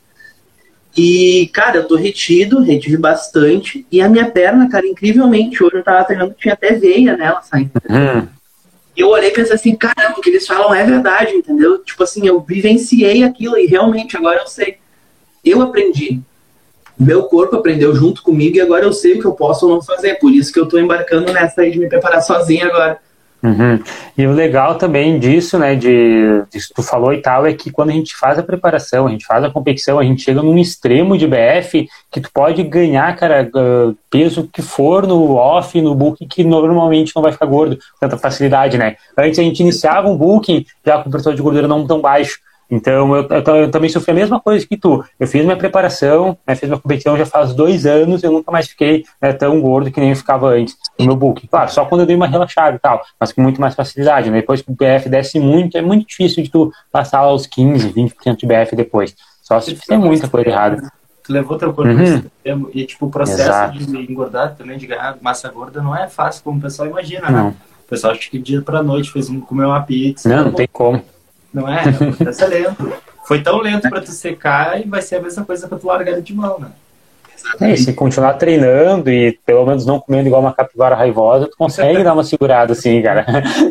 E, cara, eu tô retido, retive bastante. E a minha perna, cara, incrivelmente, hoje eu tava treinando, tinha até veia nela saindo. Uhum. E eu olhei e pensei assim, caramba, o que eles falam é verdade, entendeu? Tipo assim, eu vivenciei aquilo e realmente agora eu sei. Eu aprendi. Meu corpo aprendeu junto comigo e agora eu sei o que eu posso ou não fazer. Por isso que eu tô embarcando nessa aí de me preparar sozinho agora. Uhum. E o legal também disso, né, de, disso que tu falou e tal, é que quando a gente faz a preparação, a gente faz a competição, a gente chega num extremo de B F que tu pode ganhar, cara, peso que for no off, no booking, que normalmente não vai ficar gordo com tanta facilidade, né? Antes a gente iniciava um booking já com percentual de gordura não tão baixo. Então, eu, eu, eu também sofri a mesma coisa que tu. Eu fiz minha preparação, né, fiz minha competição já faz dois anos, eu nunca mais fiquei, né, tão gordo que nem eu ficava antes no meu book. Claro, só quando eu dei uma relaxada e tal, mas com muito mais facilidade, né? Depois que o B F desce muito, é muito difícil de tu passar aos quinze, vinte por cento de B F depois. Só se fizer muita coisa errada. Tu levou teu corpo uhum. extremo, e tipo, o processo Exato. de engordar também, de ganhar massa gorda, não é fácil como o pessoal imagina, não. né? O pessoal acha que dia pra noite fez um, comer uma pizza. Não, não tem como. Não é? O processo é lento. Foi tão lento pra tu secar e vai ser a mesma coisa pra tu largar de mão, né? É, e se continuar treinando e pelo menos não comendo igual uma capivara raivosa, tu consegue dar uma segurada assim, cara.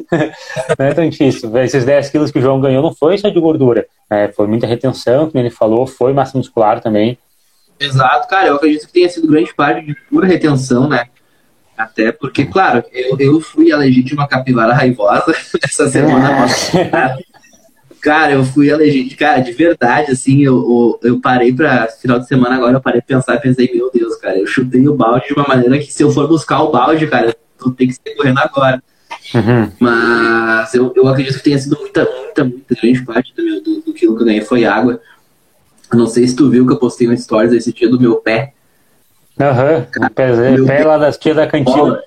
Não é tão difícil. Esses dez quilos que o João ganhou não foi só de gordura, né? Foi muita retenção, como ele falou, foi massa muscular também. Exato, cara, eu acredito que tenha sido grande parte de pura retenção, né? Até porque, claro, eu, eu fui a legítima capivara raivosa essa semana passada. Cara, eu fui a legítima, cara, de verdade, assim, eu, eu, eu parei pra final de semana agora, eu parei pra pensar e pensei, meu Deus, cara, eu chutei o balde de uma maneira que se eu for buscar o balde, cara, eu tenho que sair correndo agora. Uhum. Mas eu, eu acredito que tenha sido muita, muita, muita grande parte do, meu, do, do quilo que eu ganhei foi água. Eu não sei se tu viu que eu postei um stories esse dia do meu pé. Aham, uhum. pé, pé, pé lá das tias da cantina.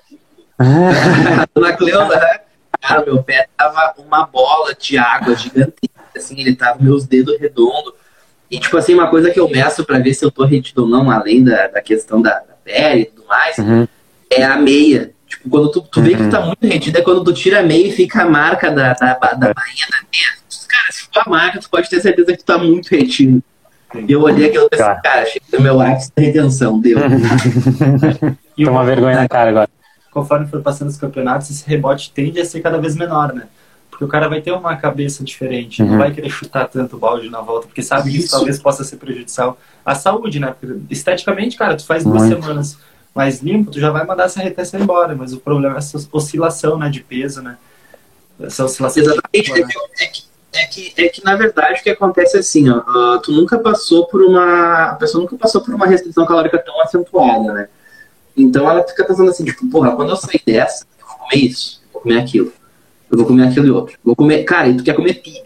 Na Cleusa, né? Cara, meu pé tava uma bola de água gigantesca, assim, ele tava meus dedos redondos. E, tipo assim, uma coisa que eu meço pra ver se eu tô retido ou não, além da, da questão da, da pele e tudo mais, uhum. é a meia. Tipo, quando tu, tu vê uhum. que tu tá muito retido, é quando tu tira a meia e fica a marca da, da, da, da bainha da meia. Cara, se for a marca, tu pode ter certeza que tu tá muito retido. E eu olhei aquilo e pensei, cara, cara chega do meu ápice da retenção, deu. E uma vergonha na cara agora. Conforme for passando os campeonatos, esse rebote tende a ser cada vez menor, né? Porque o cara vai ter uma cabeça diferente, uhum. não vai querer chutar tanto o balde na volta, porque sabe que isso talvez possa ser prejudicial à saúde, né? Porque esteticamente, cara, tu faz duas Muito. semanas mais limpo, tu já vai mandar essa retenção embora, mas o problema é essa oscilação, né, de peso, né? Essa oscilação Exatamente, de peso, é, que, é, que, é que, na verdade, o que acontece é assim, ó, uh, tu nunca passou por uma... A pessoa nunca passou por uma restrição calórica tão acentuada, né? Então ela fica pensando assim, tipo, porra, quando eu sair dessa, eu vou comer isso, eu vou comer aquilo, eu vou comer aquilo e outro. Vou comer, cara, e tu quer comer pizza.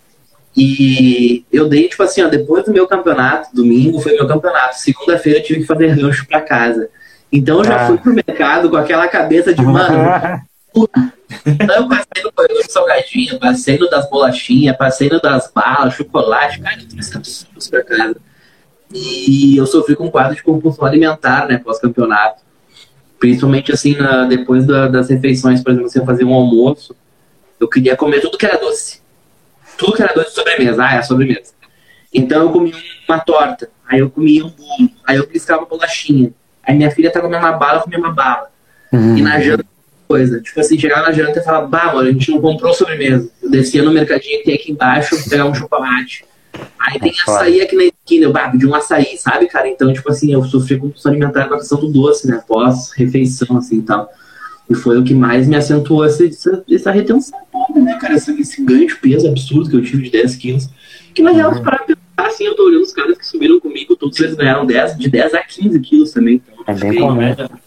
E eu dei, tipo assim, ó, depois do meu campeonato, domingo foi meu campeonato, segunda-feira eu tive que fazer rancho pra casa. Então eu já ah. fui pro mercado com aquela cabeça de, mano, puta. Então eu passei no corredor de salgadinho, passei no das bolachinhas, passei no das balas, chocolate, cara, eu trouxe absurdos pra casa. E eu sofri com um quadro de compulsão alimentar, né, pós-campeonato. Principalmente, assim, na, depois da, das refeições, por exemplo, se eu fazia um almoço, eu queria comer tudo que era doce. Tudo que era doce de sobremesa. Ah, é a sobremesa. Então eu comia uma torta, aí eu comia um bolo, aí eu piscava uma bolachinha. Aí minha filha tá comendo uma bala, eu comia uma bala. Uhum. E na janta, coisa. Tipo assim, chegava na janta e falava, bah, mano, a gente não comprou sobremesa. Eu descia no mercadinho que tem aqui embaixo, pegar um chocolate. Aí tem açaí aqui na esquina, eu pedi um açaí, sabe, cara? Então, tipo assim, eu sofri com compulsão alimentar com a questão do doce, né? Pós-refeição, assim, e tal. E foi o que mais me acentuou essa, essa, essa retenção toda, né, cara? Esse, esse ganho de peso absurdo que eu tive de dez quilos. Que, na real, para pensar, assim, eu tô olhando os caras que subiram comigo, todos eles ganharam dez, de dez a quinze quilos também. Então, é bem comum.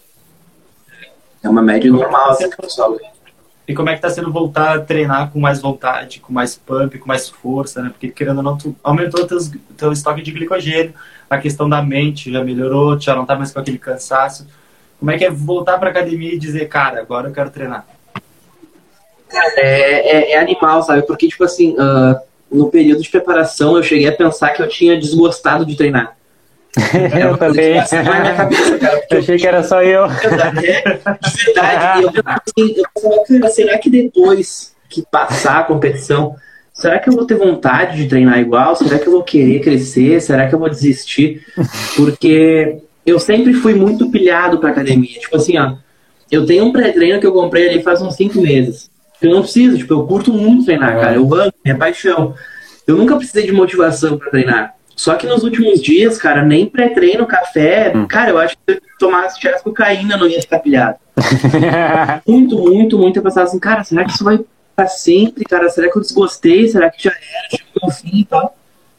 É uma média normal, assim, que o pessoal ganha. E como é que tá sendo voltar a treinar com mais vontade, com mais pump, com mais força, né? Porque, querendo ou não, tu aumentou o teu, teu estoque de glicogênio, a questão da mente já melhorou, já não tá mais com aquele cansaço. Como é que é voltar pra academia e dizer, cara, agora eu quero treinar? É, é, é animal, sabe? Porque, tipo assim, uh, no período de preparação eu cheguei a pensar que eu tinha desgostado de treinar. Eu também. Na minha cabeça, cara, eu achei que era só eu. De verdade, é, de verdade. Eu pensava assim, eu pensava, cara, será que depois que passar a competição, será que eu vou ter vontade de treinar igual? Será que eu vou querer crescer? Será que eu vou desistir? Porque eu sempre fui muito pilhado pra academia. Tipo assim, ó, eu tenho um pré-treino que eu comprei ali faz uns cinco meses. Eu não preciso, tipo, eu curto muito treinar, cara. Eu amo, minha paixão. Eu nunca precisei de motivação pra treinar. Só que nos últimos dias, cara, nem pré-treino, café, hum. cara, eu acho que se eu tomasse, tivesse cocaína, não ia ficar pilhado. muito, muito, muito. Eu pensava assim, cara, será que isso vai pra sempre, cara? Será que eu desgostei? Será que já era? Chegou ao fim e tal.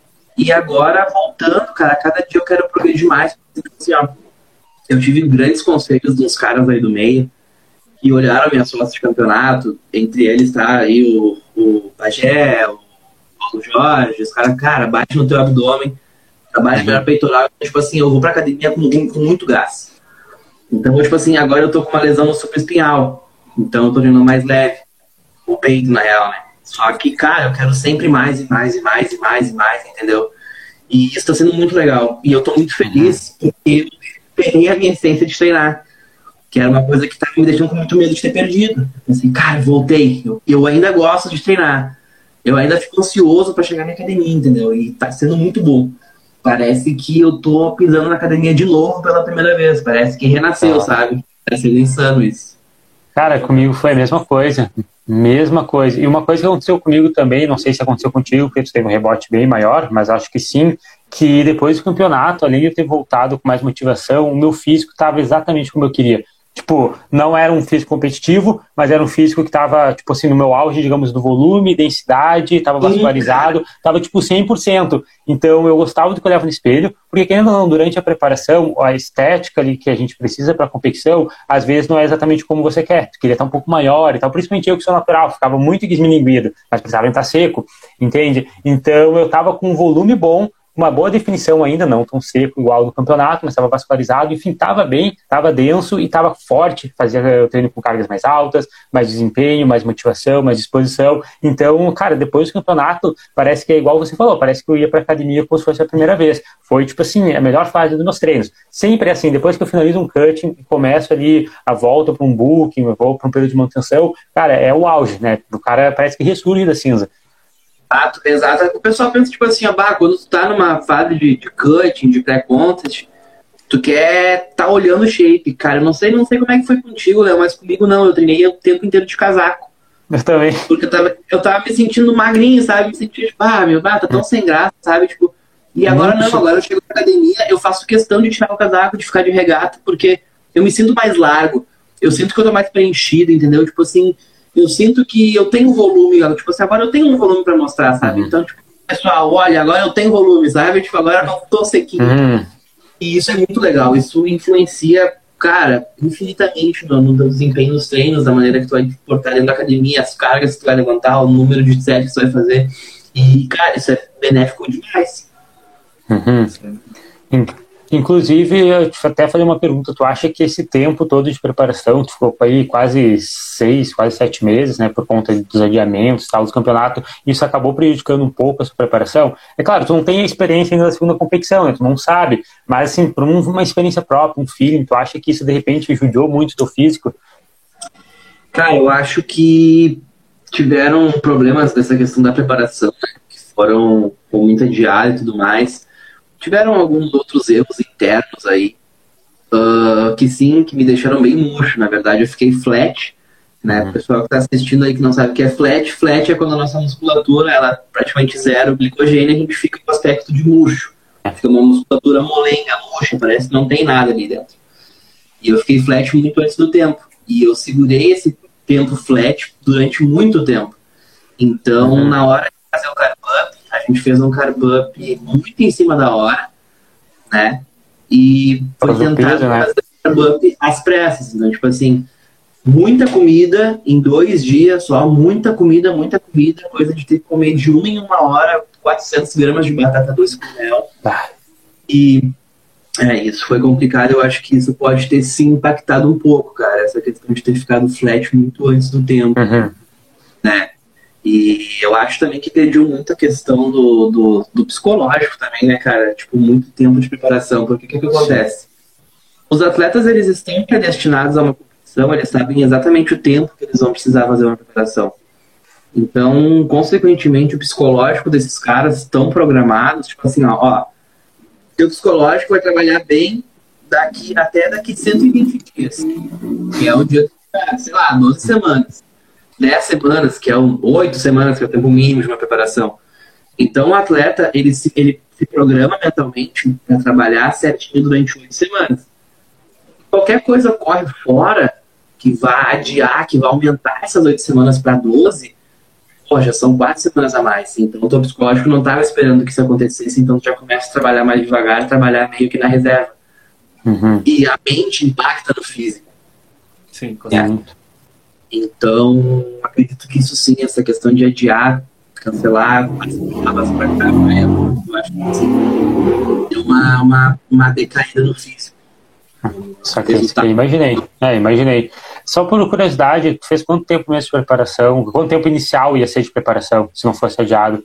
E agora, voltando, cara, cada dia eu quero progredir mais. Assim, ó, eu tive grandes conselhos dos caras aí do meio, que olharam minhas fotos de campeonato, entre eles tá aí o, o Pagé, o Paulo Jorge, os caras, cara, bate no teu abdômen, trabalha melhor peitoral, tipo assim, eu vou pra academia com, com muito gás. Então, tipo assim, agora eu tô com uma lesão no supraespinhal, então eu tô treinando mais leve, o peito, na real, né? Só que, cara, eu quero sempre mais e mais e mais e mais e mais, entendeu? E isso tá sendo muito legal. E eu tô muito feliz porque eu perdi a minha essência de treinar, que era uma coisa que tava me deixando com muito medo de ter perdido. Assim, cara, voltei. Eu, eu ainda gosto de treinar. Eu ainda fico ansioso pra chegar na academia, entendeu? E tá sendo muito bom. Parece que eu tô pisando na academia de novo pela primeira vez. Parece que renasceu, sabe? Tá sendo insano isso. Cara, comigo foi a mesma coisa. Mesma coisa. E uma coisa que aconteceu comigo também, não sei se aconteceu contigo, porque tu teve um rebote bem maior, mas acho que sim, que depois do campeonato, além de eu ter voltado com mais motivação, o meu físico estava exatamente como eu queria. Tipo, não era um físico competitivo, mas era um físico que estava, tipo assim, no meu auge, digamos, do volume, densidade, estava vascularizado, estava, tipo, cem por cento. Então, eu gostava do que eu olhava no espelho, porque, querendo ou não, durante a preparação, a estética ali que a gente precisa para a competição, às vezes não é exatamente como você quer. Tu queria estar um pouco maior e tal, principalmente eu que sou natural, ficava muito desmininguido, mas precisava estar seco, entende? Então, eu estava com um volume bom, uma boa definição ainda, não tão seco igual no campeonato, mas estava vascularizado, enfim, estava bem, estava denso e estava forte, fazia o treino com cargas mais altas, mais desempenho, mais motivação, mais disposição. Então, cara, depois do campeonato, parece que é igual você falou, parece que eu ia para academia como se fosse a primeira vez. Foi, tipo assim, a melhor fase dos meus treinos. Sempre assim, depois que eu finalizo um cutting, começo ali a volta para um booking, eu vou para um período de manutenção, cara, é o auge, né? O cara parece que ressurge da cinza. Exato, exato. O pessoal pensa, tipo assim, ah, quando tu tá numa fase de, de cutting, de pré-contest, tu quer tá olhando o shape. Cara, eu não sei, não sei como é que foi contigo, Léo, mas comigo não, eu treinei o tempo inteiro de casaco. Eu também. Porque eu tava, eu tava me sentindo magrinho, sabe? Me sentindo, tipo, ah, meu, ah, tá tão sem graça, sabe? Tipo, e agora não, agora eu chego na academia, eu faço questão de tirar o casaco, de ficar de regata, porque eu me sinto mais largo, eu sinto que eu tô mais preenchido, entendeu? Tipo assim, eu sinto que eu tenho volume, tipo assim, agora eu tenho um volume pra mostrar, sabe? Uhum. Então, tipo, pessoal, olha, agora eu tenho volume, sabe? Tipo, agora eu não tô sequinho. Uhum. E isso é muito legal, isso influencia, cara, infinitamente no, no desempenho dos treinos, da maneira que tu vai portar dentro da academia, as cargas que tu vai levantar, o número de sets que tu vai fazer. E, cara, isso é benéfico demais. Uhum. Inclusive, eu te até falei uma pergunta, tu acha que esse tempo todo de preparação, tu ficou aí quase seis, quase sete meses, né, por conta dos adiamentos, tal, do campeonato, isso acabou prejudicando um pouco a sua preparação? É claro, tu não tem a experiência ainda da segunda competição, né, tu não sabe, mas assim, por uma experiência própria, um feeling, tu acha que isso de repente judiou muito o teu físico? Cara, eu acho que tiveram problemas dessa questão da preparação, né, que foram com muita diária e tudo mais. Tiveram alguns outros erros internos aí, uh, que sim, que me deixaram bem murcho. Na verdade, eu fiquei flat, né? O pessoal que está assistindo aí que não sabe o que é flat, flat é quando a nossa musculatura, ela é praticamente zero glicogênio, a gente fica com o aspecto de murcho. Fica uma musculatura molenga, murcha, parece que não tem nada ali dentro. E eu fiquei flat muito antes do tempo. E eu segurei esse tempo flat durante muito tempo. Então, uhum. na hora de fazer o carb up, a gente fez um carb up muito em cima da hora, né? E foi tentar peso, né? fazer o carb up às pressas. Então, tipo assim, muita comida em dois dias só, muita comida, muita comida, coisa de ter que comer de uma em uma hora, quatrocentas gramas de batata doce com mel. Ah. E É, isso foi complicado. Eu acho que isso pode ter sim impactado um pouco, cara. Essa questão de ter ficado flat muito antes do tempo, Uhum. né? E eu acho também que perdeu muito a questão do, do, do psicológico também, né, cara? Tipo, muito tempo de preparação. Porque o que, que acontece? Os atletas, eles estão predestinados a uma competição, eles sabem exatamente o tempo que eles vão precisar fazer uma preparação. Então, consequentemente, o psicológico desses caras estão programados, tipo assim, ó, ó, teu psicológico vai trabalhar bem daqui, até daqui cento e vinte dias, que é o dia, sei lá, doze semanas. dez semanas, que é um, oito semanas, que é o tempo mínimo de uma preparação. Então, o atleta, ele se, ele se programa mentalmente para trabalhar certinho durante oito semanas. Qualquer coisa corre fora, que vai adiar, que vai aumentar essas oito semanas para doze, pô, já são quatro semanas a mais. Então, o teu psicológico não estava esperando que isso acontecesse, então tu já começa a trabalhar mais devagar, trabalhar meio que na reserva. Uhum. E a mente impacta no físico. Sim, com É. certeza. Então, acredito que isso sim, essa questão de adiar, cancelar, passar pra cá, eu acho que assim, deu uma, uma, uma decaída no físico. Só que isso que eu imaginei. É, imaginei. Só por curiosidade, tu fez quanto tempo mesmo de preparação? Quanto tempo inicial ia ser de preparação, se não fosse adiado?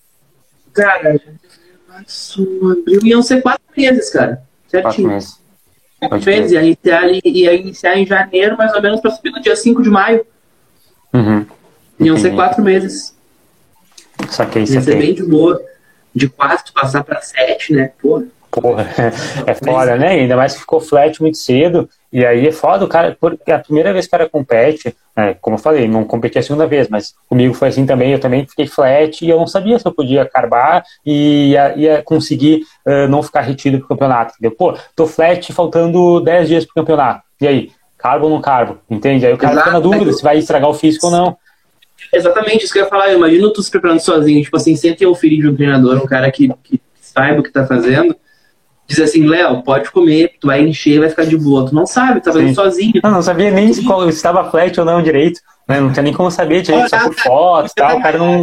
Cara, março, abril, iam ser quatro meses, cara. Certinho. Quatro meses. Quatro meses, ia iniciar, ia iniciar em janeiro, mais ou menos, para subir no dia cinco de maio. Uhum. Iam ser quatro meses. Saquei, Ia ser bem de boa. De quatro passar para sete, né? Pô. Porra, é foda, né? Ainda mais que ficou flat muito cedo. E aí é foda o cara, porque a primeira vez que o cara compete, é, como eu falei, não competi a segunda vez, mas comigo foi assim também, eu também fiquei flat e eu não sabia se eu podia carbar e ia, ia conseguir uh, não ficar retido pro campeonato. Entendeu? Pô, tô flat faltando dez dias pro campeonato. E aí, carbo ou não carbo? Entende? Aí o cara Exato. Fica na dúvida se vai estragar o físico ou não. Exatamente, isso que eu ia falar. Eu imagino tu se preparando sozinho, tipo assim, sem ter o filho de um treinador, um cara que, que saiba o que tá fazendo. Diz assim, Léo, pode comer, tu vai encher, vai ficar de boa. Tu não sabe, tá fazendo sozinho. Não, não sabia nem se estava flat ou não direito. Né? Não tinha nem como saber direito, só por foto e tal. O cara não...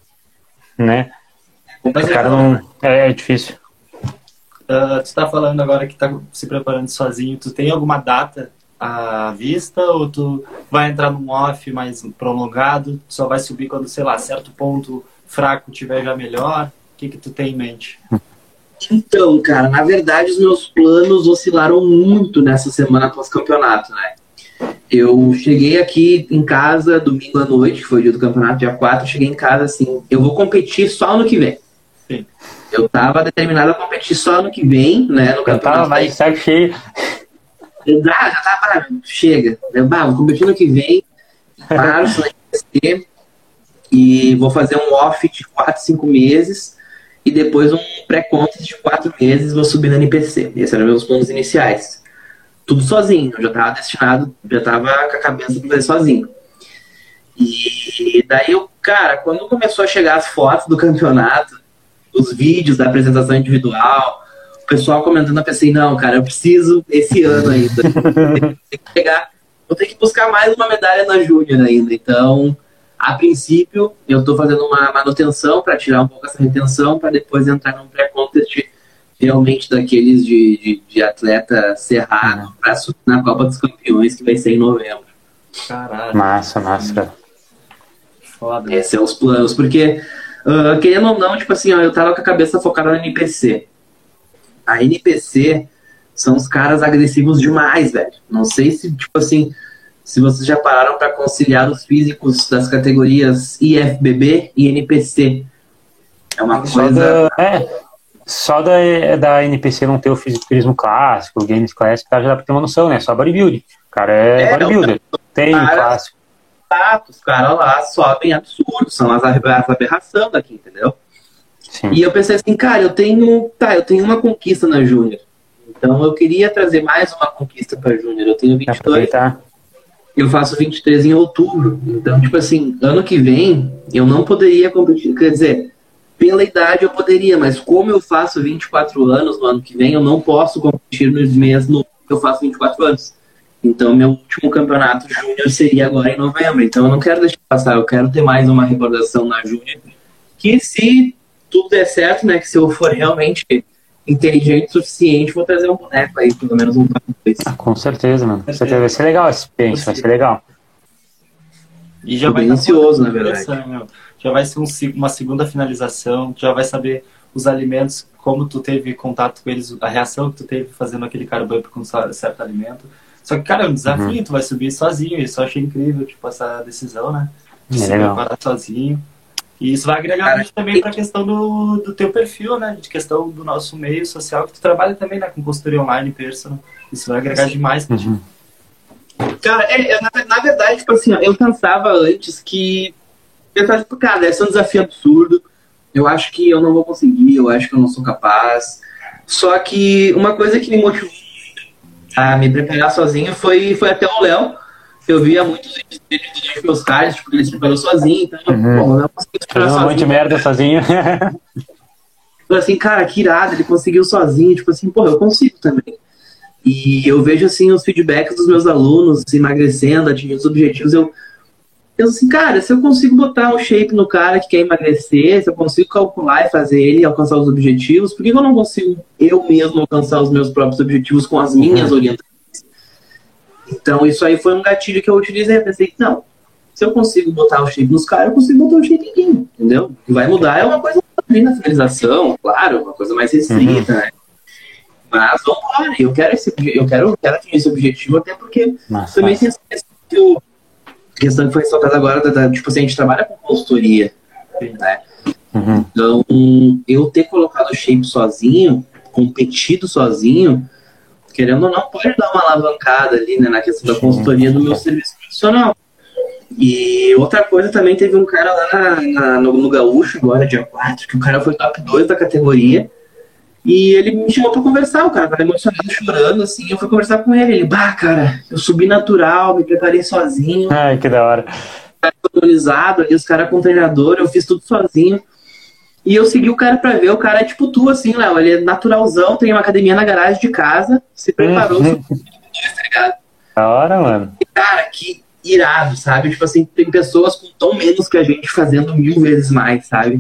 Né? O cara não... É, é difícil. Uh, tu tá falando agora que tá se preparando sozinho. Tu tem alguma data à vista ou tu vai entrar num off mais prolongado? Tu só vai subir quando, sei lá, certo ponto fraco tiver já melhor? O que que tu tem em mente? Então, cara, na verdade os meus planos oscilaram muito nessa semana pós-campeonato, né? Eu cheguei aqui em casa domingo à noite, que foi o dia do campeonato, dia quatro, cheguei em casa assim, eu vou competir só ano que vem. Sim. Eu tava determinado a competir só ano que vem, né? No campeonato. Eu tava mais saco cheio. Eu, ah, já tava, chega. Eu, bah, vou competir ano que vem, em março, na I P C, e vou fazer um off de quatro, cinco meses. E depois um pré-contest de quatro meses vou subir na N P C. Esses eram meus planos iniciais. Tudo sozinho. Eu já estava destinado, já estava com a cabeça para fazer sozinho. E daí, eu, cara, quando começou a chegar as fotos do campeonato, os vídeos da apresentação individual, o pessoal comentando, eu pensei, não, cara, eu preciso esse ano ainda. Tem que pegar, vou ter que buscar mais uma medalha na Júnior ainda. Então... A princípio, eu estou fazendo uma manutenção para tirar um pouco essa retenção, para depois entrar num pré-contest realmente daqueles de, de, de atleta cerrado, para subir na Copa dos Campeões, que vai ser em novembro. Caralho. Massa, massa. Foda. Esses são os planos, porque, uh, querendo ou não, tipo assim, ó, eu tava com a cabeça focada na N P C. A N P C são os caras agressivos demais, velho. Não sei se, tipo assim... Se vocês já pararam para conciliar os físicos das categorias I F B B e N P C. É uma só coisa... Da, é, só da, da N P C não ter o fisiculturismo clássico, o Games Classic, já dá pra ter uma noção, né? Só bodybuilding. O cara é, é bodybuilder. Tem cara, clássico. Os caras lá sobem absurdos, são as aberrações daqui, entendeu? Sim. E eu pensei assim, cara, eu tenho, tá, eu tenho uma conquista na Júnior. Então eu queria trazer mais uma conquista pra Júnior. Eu tenho vinte e dois. Aproveitar. Eu faço vinte e três em outubro. Então, tipo assim, ano que vem eu não poderia competir. Quer dizer, pela idade eu poderia, mas como eu faço vinte e quatro anos no ano que vem, eu não posso competir nos meses no que eu faço vinte e quatro anos. Então, meu último campeonato júnior seria agora em novembro. Então, eu não quero deixar passar. Eu quero ter mais uma recordação na júnior. Que se tudo der certo, né? Que se eu for realmente inteligente o suficiente, vou trazer um boneco aí, pelo menos um dois. Ah, com certeza, mano. Com certeza. Vai ser legal esse experiência, vai ser legal. E já Tô vai bem ansioso, na verdade. Já vai ser um, uma segunda finalização, já vai saber os alimentos, como tu teve contato com eles, a reação que tu teve fazendo aquele carb up com certo alimento. Só que, cara, é um desafio, uhum. Tu vai subir sozinho, isso eu achei incrível, tipo, essa decisão, né? De é se legal. Preparar sozinho. E isso vai agregar cara, muito também para a questão do, do teu perfil, né? De questão do nosso meio social, que tu trabalha também, né? Com consultoria online, personal. Isso vai agregar demais pra uhum. ti. Cara, é, na, na verdade, tipo assim, eu pensava antes que... Eu pensava, tipo, cara, esse é um desafio absurdo. Eu acho que eu não vou conseguir, eu acho que eu não sou capaz. Só que uma coisa que me motivou a me preparar sozinho foi, foi até o Léo. Eu via muitos vídeos dele de meus caras, tipo, ele se preparou sozinho. Então, uhum. pô, eu não consegui se preparar sozinho. Um monte de merda sozinho. Falei assim, cara, que irado, ele conseguiu sozinho. Tipo assim, pô, eu consigo também. E eu vejo, assim, os feedbacks dos meus alunos emagrecendo, atingindo os objetivos. Eu penso assim, cara, se eu consigo botar um shape no cara que quer emagrecer, se eu consigo calcular e fazer ele alcançar os objetivos, por que eu não consigo eu mesmo alcançar os meus próprios objetivos com as minhas uhum. orientações? Então, isso aí foi um gatilho que eu utilizei. Eu pensei, não, se eu consigo botar o shape nos caras, eu consigo botar o shape em mim, entendeu? O que vai mudar é uma coisa na finalização, claro, uma coisa mais restrita, uhum. né? Mas, vambora, eu quero, esse, eu quero, quero atingir esse objetivo, até porque Mas, também tem essa questão, questão que foi soltada agora, da, da, tipo assim, a gente trabalha com consultoria, né? Uhum. Então, eu ter colocado o shape sozinho, competido sozinho, querendo ou não, pode dar uma alavancada ali, né, na questão da consultoria do meu serviço profissional. E outra coisa também, teve um cara lá na, na, no, no Gaúcho, agora, dia quatro, que o cara foi top dois da categoria, e ele me chamou pra conversar, o cara tava emocionado, chorando, assim, eu fui conversar com ele, ele, bah, cara, eu subi natural, me preparei sozinho. Ai, que da hora. Organizado, ali, os caras com treinador, eu fiz tudo sozinho. E eu segui o cara pra ver, o cara é tipo tu, assim, Léo, ele é naturalzão, tem uma academia na garagem de casa, se preparou, uhum. tá ligado? Da hora, mano. E, cara, que irado, sabe? Tipo assim, tem pessoas com tão menos que a gente fazendo mil vezes mais, sabe?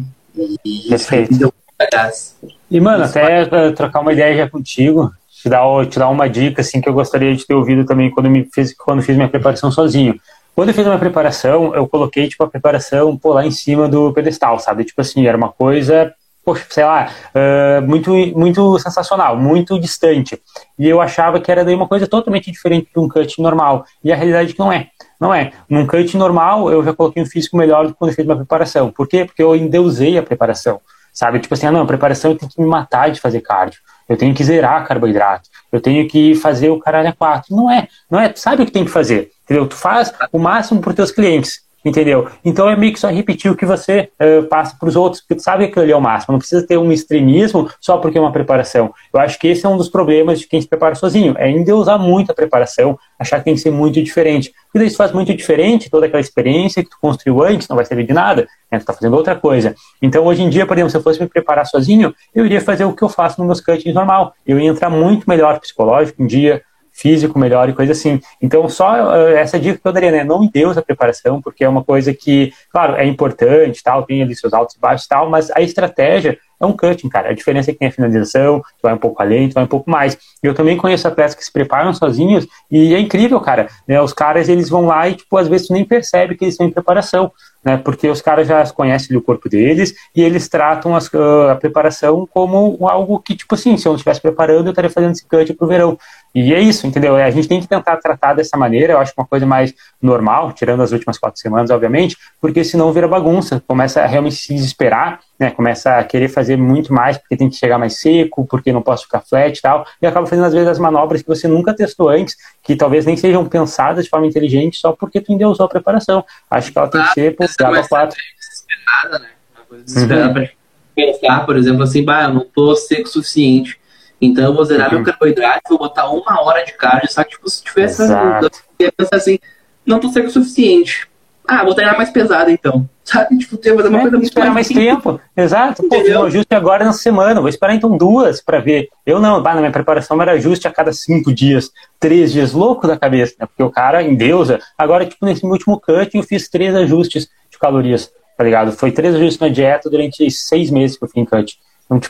E Perfeito. Deu graça. E, mano, isso até vai... trocar uma ideia já contigo, te dar, te dar uma dica, assim, que eu gostaria de ter ouvido também quando, me fiz, quando fiz minha preparação sozinho. Quando eu fiz a minha preparação, eu coloquei, tipo, a preparação, pô, lá em cima do pedestal, sabe? Tipo assim, era uma coisa, poxa, sei lá, uh, muito, muito sensacional, muito distante. E eu achava que era daí uma coisa totalmente diferente de um cut normal. E a realidade é que não é. Não é. Num cut normal, eu já coloquei um físico melhor do que quando eu fiz minha preparação. Por quê? Porque eu endeusei a preparação. Sabe, tipo assim, ah, não, a preparação eu tenho que me matar de fazer cardio, eu tenho que zerar carboidrato, eu tenho que fazer o caralho a quatro. Não é, não é, tu sabe o que tem que fazer, entendeu? Tu faz o máximo para os teus clientes, entendeu? Então é meio que só repetir o que você uh, passa para os outros, porque tu sabe que aquilo ali é o máximo, não precisa ter um extremismo só porque é uma preparação. Eu acho que esse é um dos problemas de quem se prepara sozinho, é endeusar muito a preparação, achar que tem que ser muito diferente. E daí se faz muito diferente, toda aquela experiência que tu construiu antes não vai servir de nada, né? Tu tá fazendo outra coisa. Então hoje em dia, por exemplo, se eu fosse me preparar sozinho, eu iria fazer o que eu faço nos meus cuttings normal. Eu ia entrar muito melhor psicológico um dia, físico melhor e coisa assim. Então só uh, essa dica que eu daria, né? Não endeusa a preparação, porque é uma coisa que, claro, é importante, tal, tem ali seus altos e baixos e tal, mas a estratégia é um cutting, cara. A diferença é que tem a finalização, tu vai um pouco além, tu vai um pouco mais. Eu também conheço atletas que se preparam sozinhos e é incrível, cara. Né? Os caras, eles vão lá e, tipo, às vezes tu nem percebe que eles estão em preparação, né? Porque os caras já conhecem o corpo deles e eles tratam as, uh, a preparação como algo que, tipo assim, se eu não estivesse preparando, eu estaria fazendo esse cut pro verão. E é isso, entendeu? A gente tem que tentar tratar dessa maneira, eu acho uma coisa mais normal, tirando as últimas quatro semanas, obviamente, porque senão vira bagunça, começa a realmente se desesperar, né? Começa a querer fazer muito mais porque tem que chegar mais seco, porque não posso ficar flat e tal, e acaba fazendo às vezes as manobras que você nunca testou antes, que talvez nem sejam pensadas de forma inteligente só porque tu endeusou a preparação. Acho que ela tem que ser por água quatro. Desesperada, né? Uma coisa desesperada uhum. pra pensar, por exemplo, assim, bah, eu não tô seco o suficiente, então eu vou zerar uhum. meu carboidrato, vou botar uma hora de cardio, só que tipo, se tivesse pensar assim, não tô seco o suficiente. Ah, vou treinar mais pesado então. Sabe? Tipo, tem uma é, coisa muito esperar mais tempo. Exato. Pô, fiz um ajuste agora na semana. Vou esperar então duas pra ver. Eu não, bah, na minha preparação era ajuste a cada cinco dias, três dias, louco da cabeça, né? Porque o cara endeusa. Agora, tipo, nesse meu último cut, eu fiz três ajustes de calorias, tá ligado? Foi três ajustes na dieta durante seis meses que eu fiz em cut. Então, tipo,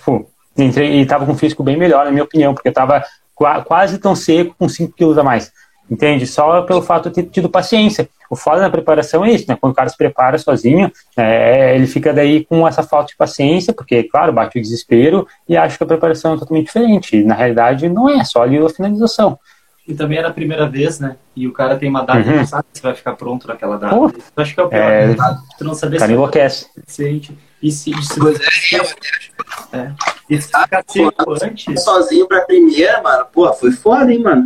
Entrei, e tava com um físico bem melhor, na minha opinião, porque eu tava qu- quase tão seco com cinco quilos a mais. Entende? Só pelo fato de ter tido paciência. O foda na preparação é isso, né? Quando o cara se prepara sozinho, é, ele fica daí com essa falta de paciência, porque, claro, bate o desespero e acha que a preparação é totalmente diferente. Na realidade, não é, só ali a finalização. E também era a primeira vez, né? E o cara tem uma data, Uhum. não sabe se vai ficar pronto naquela data. Pô, Eu acho que é o pior. é, Tu não saber o cara se enlouquece. sente. E se, se Pois você. é, eu até É. E se ficar seco antes. sozinho pra primeira, mano, pô, foi foda, hein, mano.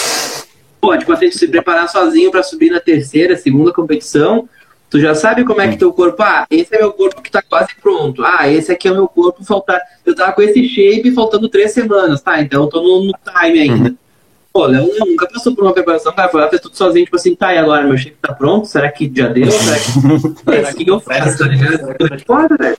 Pô, tipo assim, se preparar sozinho pra subir na terceira, segunda competição, tu já sabe como é que teu corpo, ah, esse é meu corpo que tá quase pronto, ah, esse aqui é o meu corpo, faltar, eu tava com esse shape faltando três semanas, tá, então eu tô no, no time ainda. Uhum. Pô, Léo nunca passou por uma preparação, cara, foi lá, fez tudo sozinho, tipo assim, tá, e agora, meu shape tá pronto? Será que já deu? Será que... É, o que eu faço, tá ligado? Foda, velho.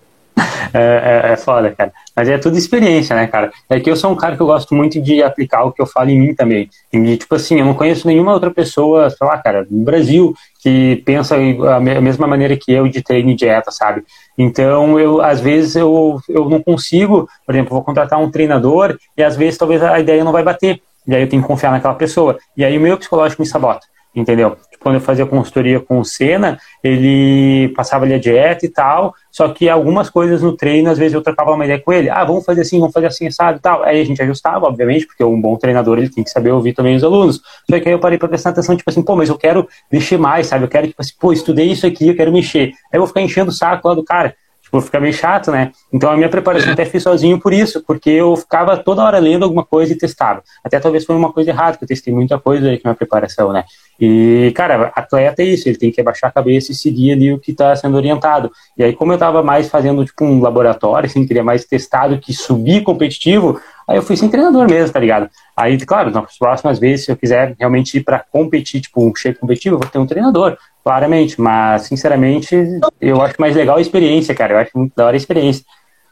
É, é, é foda, cara. Mas é tudo experiência, né, cara? É que eu sou um cara que eu gosto muito de aplicar o que eu falo em mim também. E, tipo assim, eu não conheço nenhuma outra pessoa, sei lá, cara, no Brasil, que pensa a mesma maneira que eu de treino e dieta, sabe? Então, eu, às vezes, eu, eu não consigo, por exemplo, vou contratar um treinador e, às vezes, talvez a ideia não vai bater. E aí eu tenho que confiar naquela pessoa. E aí o meu psicológico me sabota, entendeu? Quando eu fazia consultoria com o Senna, ele passava ali a dieta e tal, só que algumas coisas no treino, às vezes eu trocava uma ideia com ele, ah, vamos fazer assim, vamos fazer assim, sabe, e tal. Aí a gente ajustava, obviamente, porque um bom treinador, ele tem que saber ouvir também os alunos. Só que aí eu parei pra prestar atenção, tipo assim, pô, mas eu quero mexer mais, sabe, eu quero, tipo assim, pô, estudei isso aqui, eu quero mexer. Aí eu vou ficar enchendo o saco lá do cara. Tipo, fica meio chato, né? Então a minha preparação até fiz sozinho por isso, porque eu ficava toda hora lendo alguma coisa e testava. Até talvez foi uma coisa errada, que eu testei muita coisa aí com a minha preparação, né? E, cara, atleta é isso, ele tem que abaixar a cabeça e seguir ali o que está sendo orientado. E aí, como eu tava mais fazendo, tipo, um laboratório, assim, queria mais testar do que subir competitivo, aí eu fui sem treinador mesmo, tá ligado? Aí, claro, nas próximas vezes, se eu quiser realmente ir pra competir, tipo, um shape competitivo, eu vou ter um treinador, claramente. Mas, sinceramente, eu acho mais legal a experiência, cara. Eu acho muito da hora a experiência.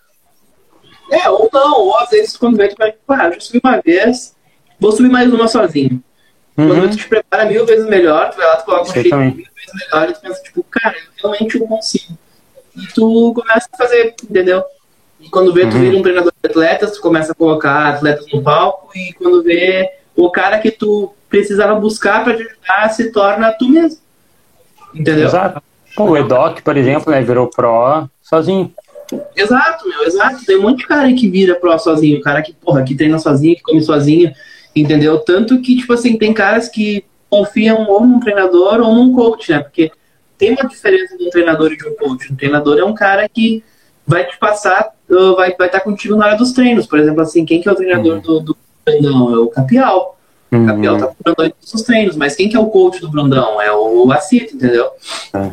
É, ou não, ou às vezes quando vem, tu vai, ah, eu já subi uma vez, vou subir mais uma sozinho. Uhum. Quando tu te prepara mil vezes melhor, tu vai lá, tu coloca um shape também. mil vezes melhor e tu pensa, tipo, cara, eu realmente eu consigo. E tu começa a fazer, entendeu? E quando vê, tu Uhum. vira um treinador de atletas, tu começa a colocar atletas no palco e quando vê, o cara que tu precisava buscar pra te ajudar se torna tu mesmo. Entendeu? Exato. Pô, o Edoc, por exemplo, né, virou pro sozinho. Exato, meu, exato. Tem um monte de cara aí que vira pro sozinho, cara que, porra, que treina sozinho, que come sozinho, entendeu? Tanto que, tipo assim, tem caras que confiam ou num treinador ou num coach, né? Porque tem uma diferença de um treinador e de um coach. Um treinador é um cara que vai te passar, uh, vai estar vai tá contigo na hora dos treinos. Por exemplo, assim, quem que é o treinador Uhum. do, do Brandão? É o Capial. Uhum. O Capial tá com o Brandão em todos os treinos, mas quem que é o coach do Brandão? É o Acito, entendeu? É.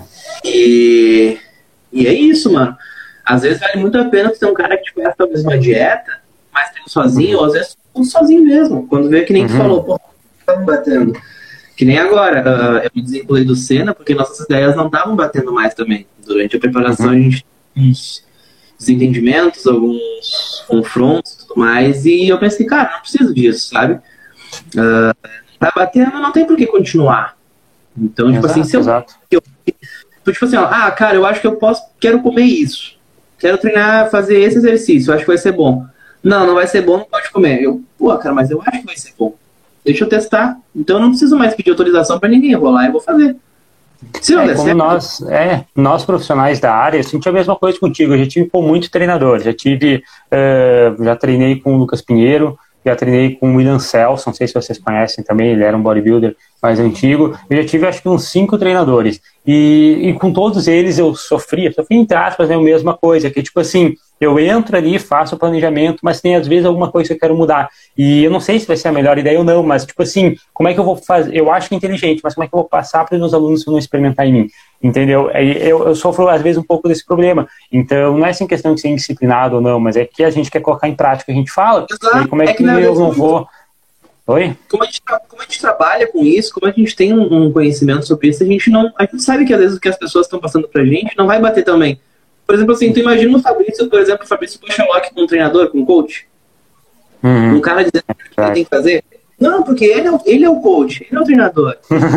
E, e é isso, mano. Às vezes vale muito a pena ter um cara que te passa talvez uma dieta, mas treino sozinho, ou às vezes sozinho mesmo. Quando vê que nem tu Uhum. falou, pô, tá me batendo. Que nem agora, uh, eu me desvinculei do Senna porque nossas ideias não estavam batendo mais também. Durante a preparação Uhum. a gente tinha uns desentendimentos, alguns confrontos e tudo mais, e eu pensei, cara, não preciso disso, sabe? Uh, tá batendo, não tem por que continuar. Então, tipo Exato, assim, se eu, exato. eu tipo assim, ó, ah, cara, eu acho que eu posso, quero comer isso. Quero treinar, fazer esse exercício, eu acho que vai ser bom. Não, não vai ser bom, não pode comer. Eu, pô, cara, mas eu acho que vai ser bom. Deixa eu testar. Então eu não preciso mais pedir autorização pra ninguém, eu vou lá e vou fazer. Se não É, der como certo, nós, é, nós profissionais da área, eu senti a mesma coisa contigo. Eu já tive com muito treinador. Já tive, eh, já treinei com o Lucas Pinheiro, já treinei com o William Celso, não sei se vocês conhecem também, ele era um bodybuilder mais antigo. Eu já tive acho que uns cinco treinadores. E, e com todos eles eu sofria, sofria entre aspas, né, a mesma coisa, que tipo assim, eu entro ali, faço o planejamento, mas tem às vezes alguma coisa que eu quero mudar. E eu não sei se vai ser a melhor ideia ou não, mas tipo assim, como é que eu vou fazer? Eu acho que é inteligente, mas como é que eu vou passar para os meus alunos se eu não experimentar em mim? Entendeu? Eu, eu sofro às vezes um pouco desse problema. Então não é assim questão de ser indisciplinado ou não, mas é que a gente quer colocar em prática o que a gente fala. Exato. E aí, como é, É que, que, na eu verdade, não vou... Oi? como a, gente, tra- como a gente trabalha com isso, como a gente tem um, um conhecimento sobre isso, a gente não. A gente sabe que às vezes o que as pessoas estão passando pra gente não vai bater também. Por exemplo, assim, tu imagina o Fabrício, por exemplo, o Fabrício Pochelock com um treinador, com um coach. Uhum. Um cara dizendo o que ele tem que fazer. Não, porque ele é, o, ele é o coach, ele é o treinador.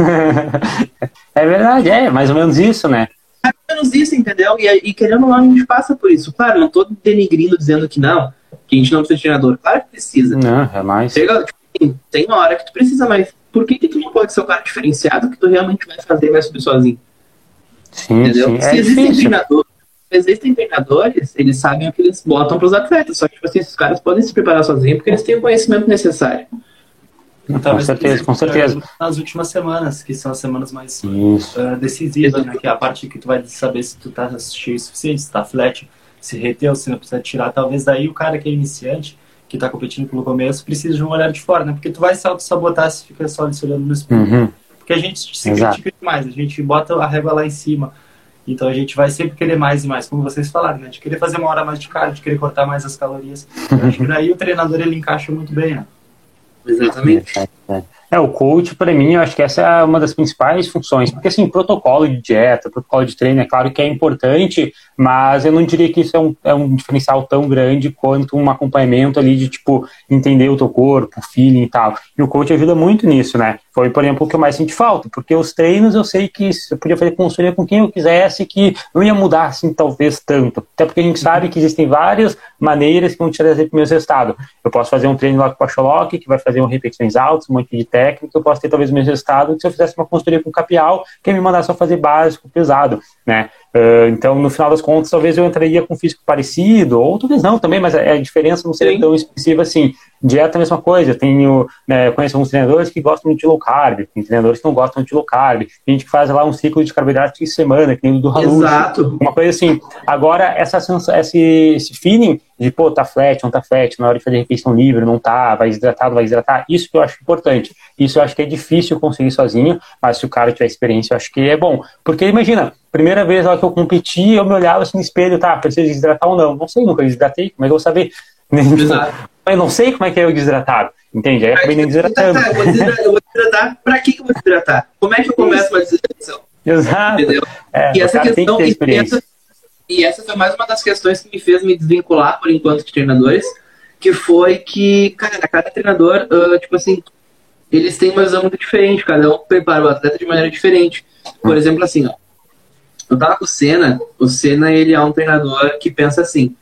É verdade, é mais ou menos isso, né? É menos isso, entendeu? E, e querendo ou não, a gente passa por isso. Claro, não tô denigrindo dizendo que não, que a gente não precisa de treinador. Claro que precisa. Não, é mais. Chega, tipo, tem uma hora que tu precisa, mas por que, que tu não pode ser o cara diferenciado que tu realmente vai fazer e vai subir sozinho? Sim, entendeu? sim. Se É existem difícil. treinadores, se existem treinadores, eles sabem o que eles botam para os atletas. Só que tipo assim, esses caras podem se preparar sozinhos porque eles têm o conhecimento necessário. Com certeza, com certeza. Nas últimas semanas, que são as semanas mais Isso. uh, decisivas, né? Que é a parte que tu vai saber se tu tá cheio o suficiente, se tá flat, se reteu, se não precisa tirar. Talvez daí o cara que é iniciante, que tá competindo pelo começo, precisa de um olhar de fora, né? Porque tu vai se auto-sabotar se fica só se olhando no espelho. Uhum. Porque a gente se Exato. critica demais, a gente bota a régua lá em cima. Então a gente vai sempre querer mais e mais, como vocês falaram, né? De querer fazer uma hora mais de cardio, de querer cortar mais as calorias. Eu acho que daí o treinador ele encaixa muito bem, né? Exatamente. É, é. É, o coach, para mim, eu acho que essa é uma das principais funções, porque, assim, protocolo de dieta, protocolo de treino, é claro que é importante, mas eu não diria que isso é um, é um diferencial tão grande quanto um acompanhamento ali de, tipo, entender o teu corpo, o feeling e tal. E o coach ajuda muito nisso, né? Foi, por exemplo, o que eu mais senti falta, porque os treinos eu sei que eu podia fazer consultoria com quem eu quisesse, que não ia mudar, assim, talvez tanto. Até porque a gente sabe que existem várias maneiras que vão te trazer primeiros resultados. Eu posso fazer um treino lá com o Pacholok, que vai fazer um repetições altas, um monte de técnica, eu posso ter talvez o mesmo resultado que se eu fizesse uma consultoria com o Capial, que ia me mandar só fazer básico, pesado, né? Uh, então, no final das contas, talvez eu entraria com um físico parecido, ou talvez não também, mas a, a diferença não seria Sim. tão expressiva assim. Dieta é a mesma coisa, eu tenho, né, eu conheço alguns treinadores que gostam muito de low carb, tem treinadores que não gostam de low carb, tem gente que faz lá um ciclo de carboidratos de semana, que nem o do Halush. Exato. Uma coisa assim. Agora, essa, esse, esse feeling de, pô, tá flat, não tá flat, na hora de fazer refeição livre, não tá, vai desidratado, vai desidratar, isso que eu acho importante. Isso eu acho que é difícil conseguir sozinho, mas se o cara tiver experiência, eu acho que é bom. Porque, imagina, primeira vez lá que eu competi, eu me olhava assim no espelho, tá, preciso desidratar ou não? Não sei, nunca desidratei, como é que eu vou saber? Exato. Eu não sei como é que é o desidratado, entende? Aí eu acabei nem desidratando. Eu vou desidratar, eu vou desidratar, pra que eu vou desidratar? Como é que eu começo uma desidratação? Exato. Entendeu? É, e essa questão, tem que ter experiência. E essa foi mais uma das questões que me fez me desvincular, por enquanto, de treinadores, que foi que, cara, cada treinador, uh, tipo assim, eles têm uma visão muito diferente, cada um prepara o atleta de maneira diferente. Por exemplo, assim, ó, eu tava com o Senna, o Senna, ele é um treinador que pensa assim,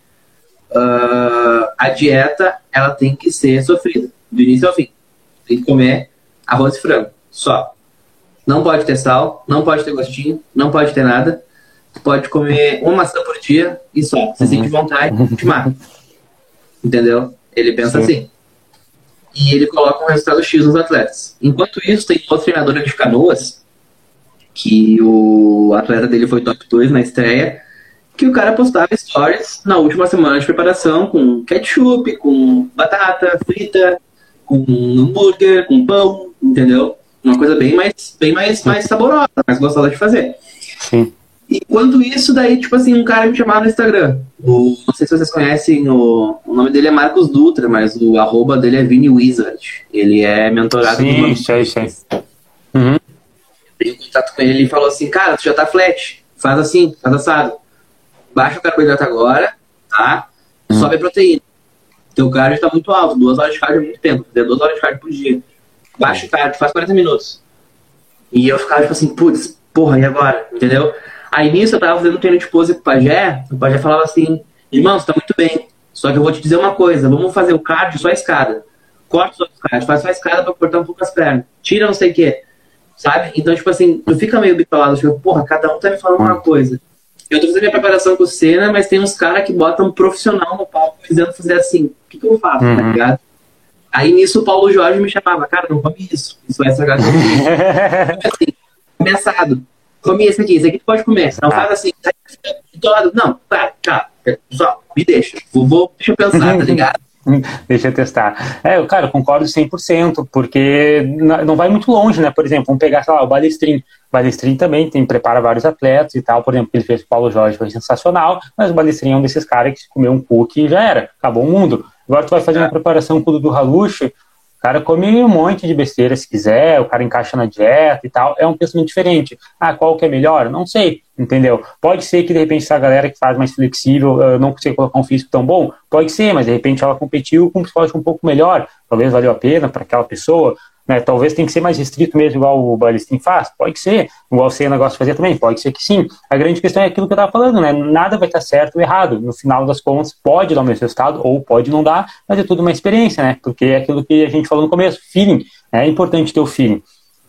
uh, a dieta, ela tem que ser sofrida, do início ao fim. Tem que comer arroz e frango, só. Não pode ter sal, não pode ter gostinho, não pode ter nada. Tu pode comer uma maçã por dia e só. Se sente vontade, te mata. Entendeu? Ele pensa Sim. assim. E ele coloca um resultado X nos atletas. Enquanto isso, tem outro treinador aqui de Canoas, que o atleta dele foi top dois na estreia, que o cara postava stories na última semana de preparação com ketchup, com batata frita, com hambúrguer, com pão, entendeu? Uma coisa bem mais, bem mais, mais saborosa, mais gostosa de fazer. Sim. Enquanto isso, daí, tipo assim, um cara me chamava no Instagram. O, não sei se vocês conhecem, o, o nome dele é Marcos Dutra, mas o arroba dele é Vini Wizard. Ele é mentorado Sim, do sei, sei. Uhum. Eu tenho contato com ele e falou assim, cara, tu já tá flat, faz assim, faz assado. Baixa o carboidrato agora, tá? Uhum. Sobe a proteína. Teu cardio tá muito alto, duas horas de cardio é muito tempo, duas horas de cardio por dia. Baixa o cardio, faz quarenta minutos. E eu ficava tipo assim, putz, porra, e agora? Entendeu? Aí nisso eu tava fazendo treino de pose com o Pajé, o Pajé falava assim, irmão, você tá muito bem, só que eu vou te dizer uma coisa, vamos fazer o cardio só a escada. Corta só o cardio, faz só a escada pra cortar um pouco as pernas. Tira não sei o que, sabe? Então, tipo assim, tu fica meio bitolado, tipo, porra, cada um tá me falando uma coisa. Eu tô fazendo minha preparação com o Senna, mas tem uns caras que botam um profissional no palco dizendo fazer assim, o que que eu faço, uhum. tá ligado? Aí nisso o Paulo Jorge me chamava, cara, não come isso, isso vai estragar tudo. Assim, começado. Come esse aqui, esse aqui tu pode comer. Não faz assim, não, tá, tá, só me deixa. Vou, vou, deixa eu pensar, tá ligado? Deixa eu testar. É, cara, eu concordo cem por cento, porque não vai muito longe, né? Por exemplo, vamos pegar, sei lá, o Balestrin. O Balestrin também tem, prepara vários atletas e tal. Por exemplo, ele fez o Paulo Jorge, foi sensacional, mas o Balestrin é um desses caras que se comer um cookie já era, acabou o mundo. Agora tu vai fazer uma preparação com o do Halush, o cara come um monte de besteira se quiser, o cara encaixa na dieta e tal, é um pensamento diferente. Ah, qual que é melhor? Não sei, entendeu? Pode ser que de repente essa galera que faz mais flexível uh, não consiga colocar um físico tão bom, pode ser, mas de repente ela competiu com um psicológico um pouco melhor, talvez valeu a pena para aquela pessoa. né? Talvez tenha que ser mais restrito mesmo, igual o Balestrin faz? Pode ser. Igual o Senna gosta de fazer também? Pode ser que sim. A grande questão é aquilo que eu estava falando, né? Nada vai estar certo ou errado. No final das contas, pode dar o mesmo resultado ou pode não dar, mas é tudo uma experiência, né? Porque é aquilo que a gente falou no começo, feeling. É importante ter o feeling.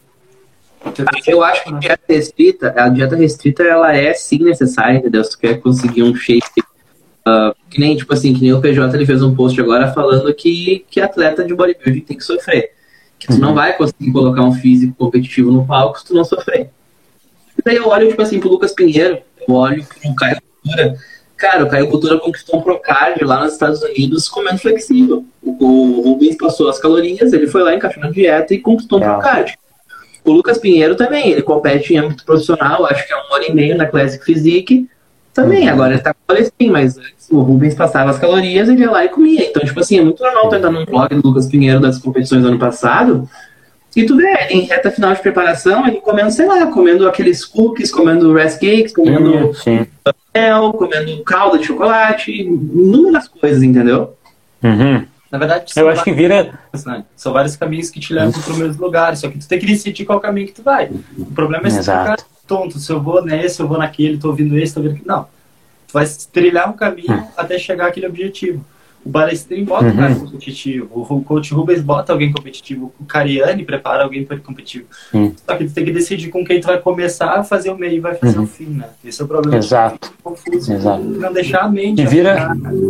Eu acho que a dieta restrita, a dieta restrita, ela é sim necessária, entendeu? Se tu quer conseguir um shape, uh, que nem, tipo assim, que nem o P J, ele fez um post agora falando que, que atleta de bodybuilding tem que sofrer. Que tu uhum. não vai conseguir colocar um físico competitivo no palco se tu não sofrer. E daí eu olho, tipo assim, pro Lucas Pinheiro, eu olho pro Caio Coutura. Cara, o Caio Coutura conquistou um Procard lá nos Estados Unidos comendo flexível. O, o Rubens passou as calorias, ele foi lá, encaixou na dieta e conquistou um Procard. O Lucas Pinheiro também, ele compete em âmbito profissional, acho que é um ano e meio na Classic Physique. Também, uhum. agora ele tá com palestrinho, mas antes o Rubens passava as calorias, ele ia lá e comia. Então, tipo assim, é muito normal tu entrar num blog do Lucas Pinheiro das competições do ano passado, e tu vê, ele em reta final de preparação, ele comendo, sei lá, comendo aqueles cookies, comendo rice cakes, comendo mel, comendo calda de chocolate, inúmeras coisas, entendeu? Uhum. Na verdade, eu acho que vira... Né? São vários caminhos que te levam para os mesmos lugares, só que tu tem que decidir qual caminho que tu vai. O problema é se ficar tonto, se eu vou nesse, se eu vou naquele, tô ouvindo esse, tô ouvindo aquele. Não. Tu vai trilhar um caminho uhum. até chegar àquele objetivo. O Balestrin bota uhum. um cara competitivo, o coach Rubens bota alguém competitivo, o Cariani prepara alguém para competitivo. Uhum. Só que tu tem que decidir com quem tu vai começar a fazer o meio e vai fazer uhum. o fim, né? Esse é o problema. Exato. Confuso. Exato. Não deixar a mente... E vira...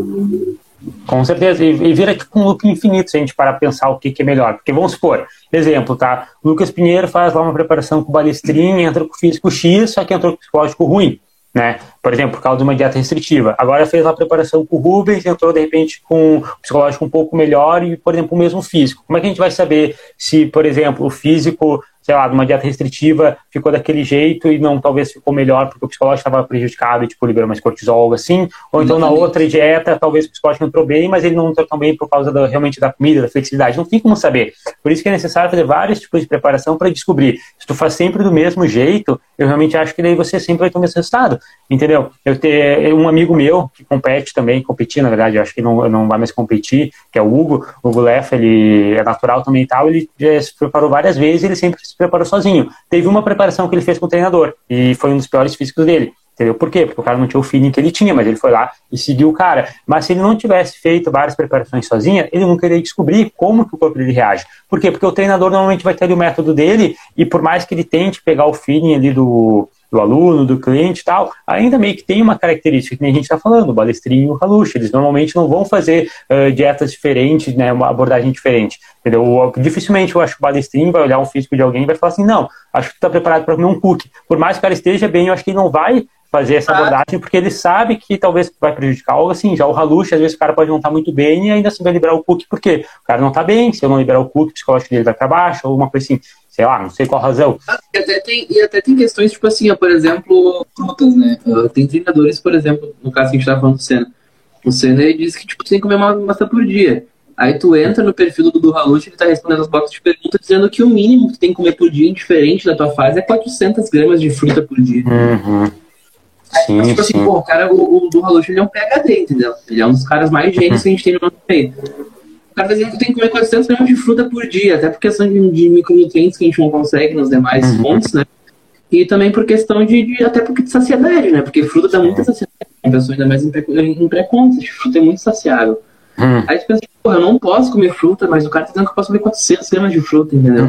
Com certeza, e, e vira tipo um loop infinito se a gente parar a pensar o que, que é melhor. Porque vamos supor, exemplo, tá? O Lucas Pinheiro faz lá uma preparação com o Balestrin, entra com o físico X, só que entrou com o psicológico ruim, né? Por exemplo, por causa de uma dieta restritiva. Agora fez uma preparação com o Rubens, entrou de repente com o psicológico um pouco melhor e, por exemplo, o mesmo físico. Como é que a gente vai saber se, por exemplo, o físico, sei lá, de uma dieta restritiva ficou daquele jeito e não talvez ficou melhor porque o psicológico estava prejudicado e tipo, liberou mais cortisol, algo assim, ou então Exatamente. Na outra dieta talvez o psicológico entrou bem, mas ele não entrou tão bem por causa da, realmente da comida, da flexibilidade, não tem como saber. Por isso que é necessário fazer vários tipos de preparação para descobrir. Se tu faz sempre do mesmo jeito, eu realmente acho que daí você sempre vai ter o mesmo resultado, entendeu? Eu tenho um amigo meu que compete também, competir, na verdade, eu acho que não, não vai mais competir, que é o Hugo, o Hugo Leff, ele é natural também e tal, ele já se preparou várias vezes, ele sempre se preparou sozinho. Teve uma preparação que ele fez com o treinador e foi um dos piores físicos dele. Entendeu? Por quê? Porque o cara não tinha o feeling que ele tinha, mas ele foi lá e seguiu o cara. Mas se ele não tivesse feito várias preparações sozinha, ele nunca iria descobrir como que o corpo dele reage. Por quê? Porque o treinador normalmente vai ter ali o método dele e por mais que ele tente pegar o feeling ali do, do aluno, do cliente e tal, ainda meio que tem uma característica que nem a gente está falando, o Balestrin e o Halush, eles normalmente não vão fazer uh, dietas diferentes, né, uma abordagem diferente, entendeu? O, dificilmente eu acho que o Balestrin vai olhar um físico de alguém e vai falar assim, não, acho que tu está preparado para comer um cookie. Por mais que o cara esteja bem, eu acho que ele não vai fazer essa abordagem, porque ele sabe que talvez vai prejudicar algo assim. Já o Halush, às vezes o cara pode não estar muito bem e ainda assim vai liberar o cookie, porque o cara não está bem, se eu não liberar o cookie, o psicológico dele vai para baixo, ou uma coisa assim, sei lá, não sei qual razão. E até tem, e até tem questões, tipo assim, ó, por exemplo, frutas, né? Uh, tem treinadores, por exemplo, no caso que a gente estava falando do Senna. O Senna, ele diz que tipo, tu tem que comer uma maçã por dia. Aí tu entra no perfil do Dudu Halush, ele tá respondendo as boxes de perguntas, dizendo que o mínimo que tu tem que comer por dia, indiferente da tua fase, é quatrocentas gramas de fruta por dia. Uhum. Sim, então, tipo sim. assim, pô, o cara, o, o do Halush, ele é um P H D, entendeu? Ele é um dos caras mais gênios que a gente tem no nosso meio. O cara tá dizendo que tem que comer quatrocentas gramas de fruta por dia, até por questão de, de micronutrientes que a gente não consegue nas demais uhum. fontes, né? E também por questão de, de, até porque de saciedade, né? Porque fruta dá muita saciedade, a pessoa ainda mais em pré-contas, fruta é muito saciável. Hum. Aí tu pensa, porra, eu não posso comer fruta, mas o cara tá dizendo que eu posso comer quatrocentas gramas de fruta, entendeu?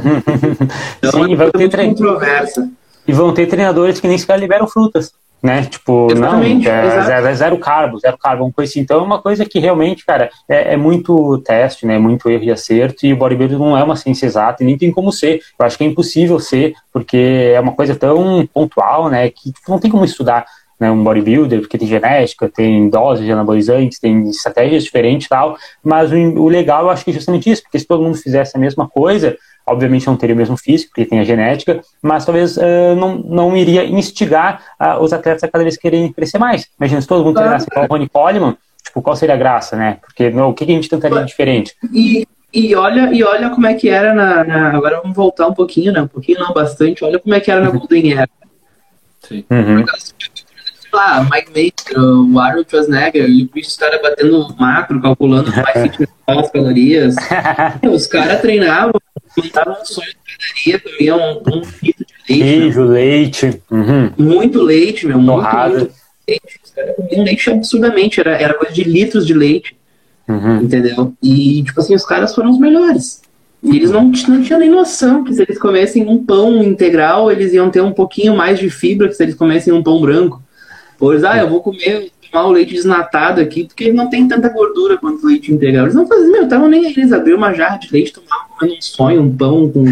Então sim, é vai ter muito trein... controversa. E vão ter treinadores que nem sequer liberam frutas, né? Tipo, Exatamente, não, é zero, zero carbo, zero carbo, uma coisa assim. Então é uma coisa que realmente, cara, é, é muito teste, né? Muito erro e acerto, e o bodybuilding não é uma ciência exata e nem tem como ser. Eu acho que é impossível ser, porque é uma coisa tão pontual, né? Que não tem como estudar, né, um bodybuilder, porque tem genética, tem doses de anabolizantes, tem estratégias diferentes e tal, mas o, o legal eu acho que é justamente isso, porque se todo mundo fizesse a mesma coisa, obviamente não teria o mesmo físico, porque tem a genética, mas talvez uh, não, não iria instigar uh, os atletas a cada vez quererem crescer mais. Imagina, se todo mundo treinasse igual o Ronnie Coleman, tipo, qual seria a graça, né? Porque não, o que a gente tentaria de diferente? E, e, olha, e olha como é que era na, na... Agora vamos voltar um pouquinho, né? Um pouquinho não, bastante. Olha como é que era na Golden Era. Sim. Uhum. Lá, Mike Maker, o Arnold Schwarzenegger, e o bicho, os caras batendo macro, calculando mais as calorias. Os caras treinavam Montava um sonho de padaria, comia um, um litro de leite. Queijo, leite. Uhum. Muito leite, meu. Muito, Torrada. muito leite. Os caras comiam leite absurdamente. Era, era coisa de litros de leite. Uhum. Entendeu? E, tipo assim, os caras foram os melhores. E eles não, não tinham nem noção que se eles comessem um pão integral, eles iam ter um pouquinho mais de fibra que se eles comessem um pão branco. Pois, ah, eu vou comer, tomar o leite desnatado aqui, porque ele não tem tanta gordura quanto o leite integral. Eles não faziam, meu, estavam nem aí. Eles abriram uma jarra de leite, tomavam comendo um sonho, um pão com...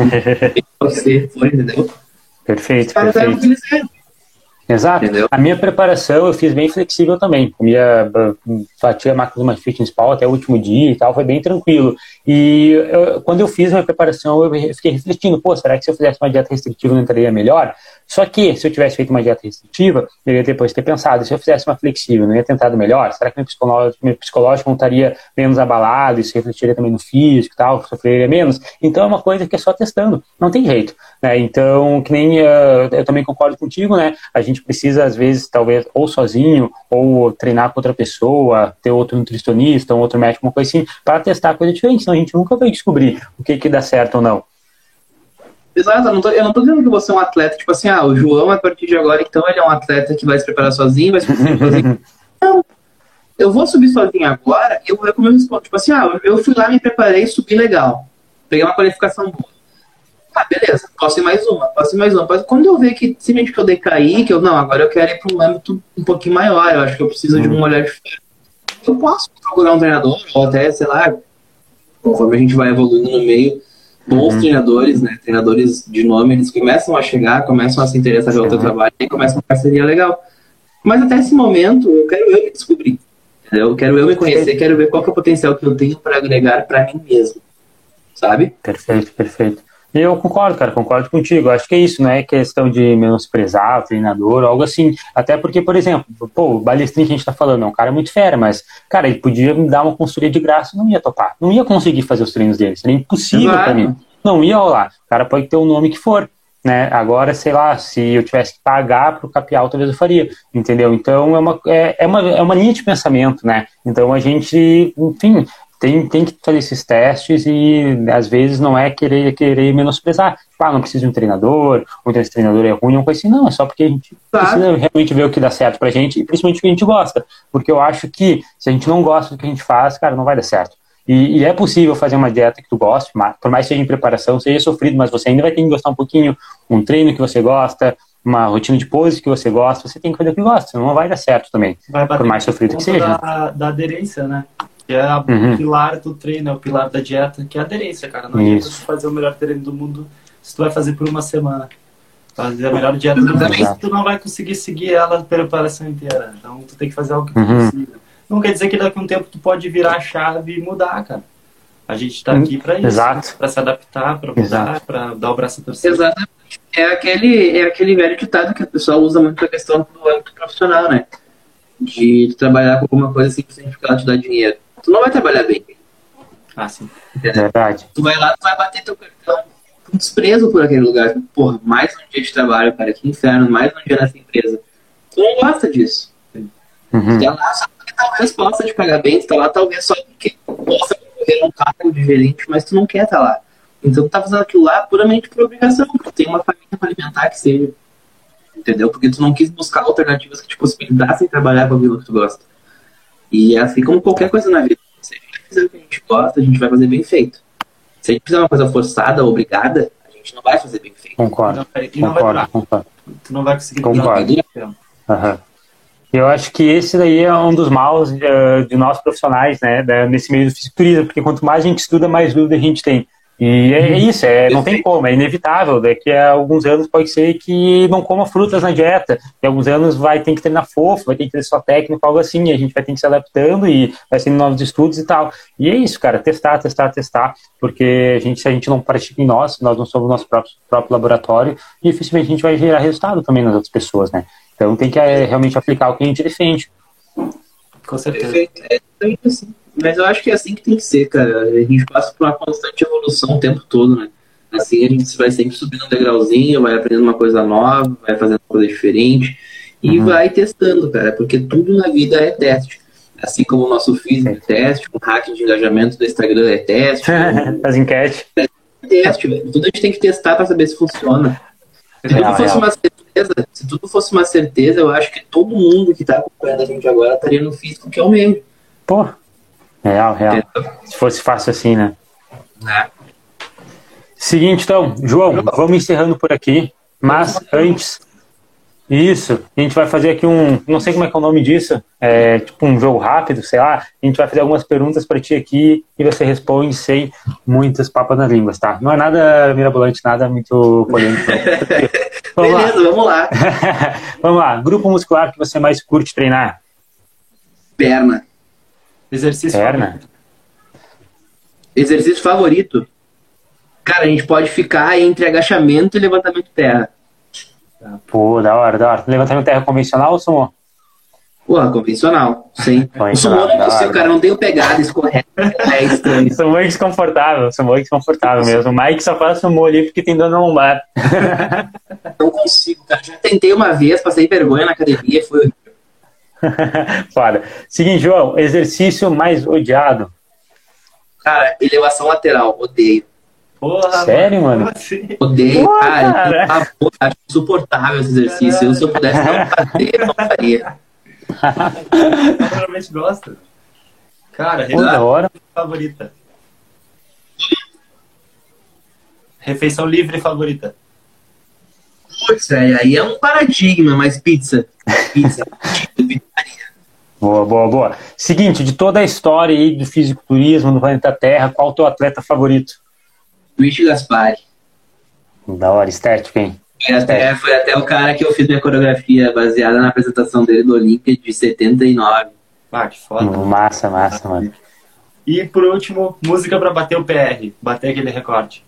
com você, foi, entendeu? Perfeito, Os caras eram o que eles eram. Exato. Entendeu? A minha preparação eu fiz bem flexível também. Comia, batia a máquina de uma fitness pau até o último dia e tal, foi bem tranquilo. E eu, quando eu fiz a minha preparação, eu fiquei refletindo, pô, será que se eu fizesse uma dieta restritiva não entraria melhor? Só que, se eu tivesse feito uma dieta restritiva, eu ia depois ter pensado, se eu fizesse uma flexível, não ia ter entrado melhor? Será que meu psicológico, meu psicológico não estaria menos abalado? Isso refletiria também no físico e tal, sofreria menos? Então é uma coisa que é só testando, não tem jeito, né? Então, que nem uh, eu também concordo contigo, né? A gente precisa, às vezes, talvez, ou sozinho, ou treinar com outra pessoa, ter outro nutricionista, um outro médico, uma coisa assim, para testar coisa diferente, senão a gente nunca vai descobrir o que que dá certo ou não. Exato, eu não, tô, eu não tô dizendo que você é um atleta, tipo assim, ah, o João, a partir de agora, então ele é um atleta que vai se preparar sozinho, vai se preparar sozinho. Não, eu vou subir sozinho agora, eu vou como eu respondo, tipo assim, ah, eu fui lá, me preparei, subi legal, peguei uma qualificação boa. Ah, beleza, posso ir mais uma, posso ir mais uma. Quando eu ver que, simplesmente que eu decaí, que eu, não, agora eu quero ir para um âmbito um pouquinho maior, eu acho que eu preciso hum. de um olhar diferente. Eu posso procurar um treinador, ou até, sei lá, conforme a gente vai evoluindo no meio, bons uhum. treinadores, né, treinadores de nome, eles começam a chegar, começam a se interessar pelo teu trabalho e começa uma parceria legal. Mas até esse momento, eu quero eu me descobrir, entendeu? Eu quero eu me conhecer, quero ver qual que é o potencial que eu tenho para agregar para mim mesmo, sabe? Perfeito, perfeito. Eu concordo, cara, concordo contigo. Acho que é isso, não é questão de menosprezar o treinador, algo assim. Até porque, por exemplo, pô, o Balestrin que a gente tá falando é um cara muito fera, mas, cara, ele podia me dar uma consultoria de graça, não ia topar. Não ia conseguir fazer os treinos dele, seria impossível claro. Pra mim. Não ia rolar. O cara pode ter o nome que for, né? Agora, sei lá, se eu tivesse que pagar pro capial, talvez eu faria, entendeu? Então, é uma, é, é uma, é uma linha de pensamento, né? Então, a gente, enfim... Tem, tem que fazer esses testes e às vezes não é querer, querer menosprezar. Tipo, ah, não precisa de um treinador, ou então esse treinador é ruim, uma coisa assim. Não, é só porque a gente claro. precisa realmente ver o que dá certo pra gente e principalmente o que a gente gosta. Porque eu acho que se a gente não gosta do que a gente faz, cara, não vai dar certo. E, e é possível fazer uma dieta que tu goste, por mais que seja em preparação, seja sofrido, mas você ainda vai ter que gostar um pouquinho, um treino que você gosta, uma rotina de pose que você gosta, você tem que fazer o que gosta, senão não vai dar certo também, por mais sofrido que seja. Da, da aderência, né? Que é a uhum. pilar do treino, é o pilar da dieta, que é a aderência, cara. Não adianta você fazer o melhor treino do mundo se tu vai fazer por uma semana. Fazer a melhor dieta do mundo, tu não vai conseguir seguir ela a preparação inteira. Então tu tem que fazer algo que tu uhum. consiga. Não quer dizer que daqui a um tempo tu pode virar a chave e mudar, cara. A gente tá aqui pra isso. Exato. Pra se adaptar, pra mudar, Exato. Pra dar o braço a torcer. Exatamente. É aquele, é aquele velho ditado que o pessoal usa muito na questão do âmbito profissional, né? De trabalhar com alguma coisa simplesmente porque ela te dá dinheiro. Tu não vai trabalhar bem. Ah, sim. Entendeu? Verdade. Tu vai lá, tu vai bater teu cartão com desprezo por aquele lugar. Porra, mais um dia de trabalho, cara, que inferno, mais um dia nessa empresa. Tu não gosta disso. Uhum. Tu tá lá só porque talvez possa te pagar bem, tu tá lá talvez só porque possa concorrer um cargo de gerente, mas tu não quer estar tá lá. Então tu tá fazendo aquilo lá puramente por obrigação, porque tu tem uma família para alimentar que seja. Entendeu? Porque tu não quis buscar alternativas que te possibilitassem trabalhar com aquilo que tu gosta. E é assim como qualquer coisa na vida. Se a gente fizer o que a gente gosta, a gente vai fazer bem feito. Se a gente fizer uma coisa forçada, obrigada, a gente não vai fazer bem feito. Concordo. E não, concordo, vai concordo. Tu não vai conseguir. Concordo. Uhum. Eu acho que esse daí é um dos maus uh, de nós profissionais, né, da, nesse meio do fisiculturismo, porque quanto mais a gente estuda, mais dúvida a gente tem. E é, é isso, é, não tem como, é inevitável. Daqui a alguns anos pode ser que não coma frutas na dieta. Daqui a alguns anos vai ter que treinar fofo, vai ter que ter só técnico, algo assim. E a gente vai ter que se adaptando e vai sendo novos estudos e tal. E é isso, cara, testar, testar, testar. Porque a gente, se a gente não pratica em nós, nós não somos o nosso próprio, próprio laboratório, dificilmente a gente vai gerar resultado também nas outras pessoas, né? Então tem que é, realmente aplicar o que a gente defende. Com certeza. Perfeito. É exatamente assim. Mas eu acho que é assim que tem que ser, cara. A gente passa por uma constante evolução o tempo todo, né? Assim a gente vai sempre subindo um degrauzinho, vai aprendendo uma coisa nova, vai fazendo uma coisa diferente e uhum. vai testando, cara. Porque tudo na vida é teste. Assim como o nosso físico é teste, o hacking de engajamento do Instagram é teste. As enquetes. teste, velho. Tudo a gente tem que testar pra saber se funciona. Se tudo Real, fosse real. uma certeza, se tudo fosse uma certeza, eu acho que todo mundo que tá acompanhando a gente agora estaria no físico, que é o mesmo. Pô, real, real. Se fosse fácil assim, né? Né? Seguinte, então, João, vamos encerrando por aqui, mas antes, isso, a gente vai fazer aqui um, não sei como é que é o nome disso, é tipo um jogo rápido, sei lá, a gente vai fazer algumas perguntas para ti aqui e você responde sem muitas papas nas línguas, tá? Não é nada mirabolante, nada muito polêmico. Vamos Beleza, lá. vamos lá. Vamos lá, grupo muscular que você mais curte treinar? Perna. Exercício. Perna? Exercício favorito? Cara, a gente pode ficar entre agachamento e levantamento terra. Pô, da hora, da hora. Levantamento terra convencional ou sumô? Porra, convencional, sim. O Convencional, sumô não da consigo, hora. cara, não tenho pegada, escorrega, é estranho. Sumô é desconfortável, sumô é desconfortável mesmo. O Mike só faz sumô ali porque tem dor no lombar. Não consigo, cara. Já tentei uma vez, passei vergonha na academia, foi Foda. Seguinte, João, exercício mais odiado. Cara, elevação lateral, odeio. Porra, Sério, mano? como assim? Odeio, Pô, cara. cara. Eu tô- acho insuportável esse exercício. Eu, se eu pudesse não fazer, eu não faria. Eu realmente gosto. Cara, Pô, da refeição hora. favorita. Refeição livre favorita. Putz, velho, aí é um paradigma, mas pizza. Pizza. Boa, boa, boa. Seguinte, de toda a história aí do fisiculturismo no planeta Terra, qual o teu atleta favorito? Luiz Gaspari. Da hora, estético, hein? Foi até, foi até o cara que eu fiz minha coreografia baseada na apresentação dele do Olímpia de setenta e nove. Ah, que foda. Massa, massa, mano. E por último, música pra bater o P R. Bater aquele recorde.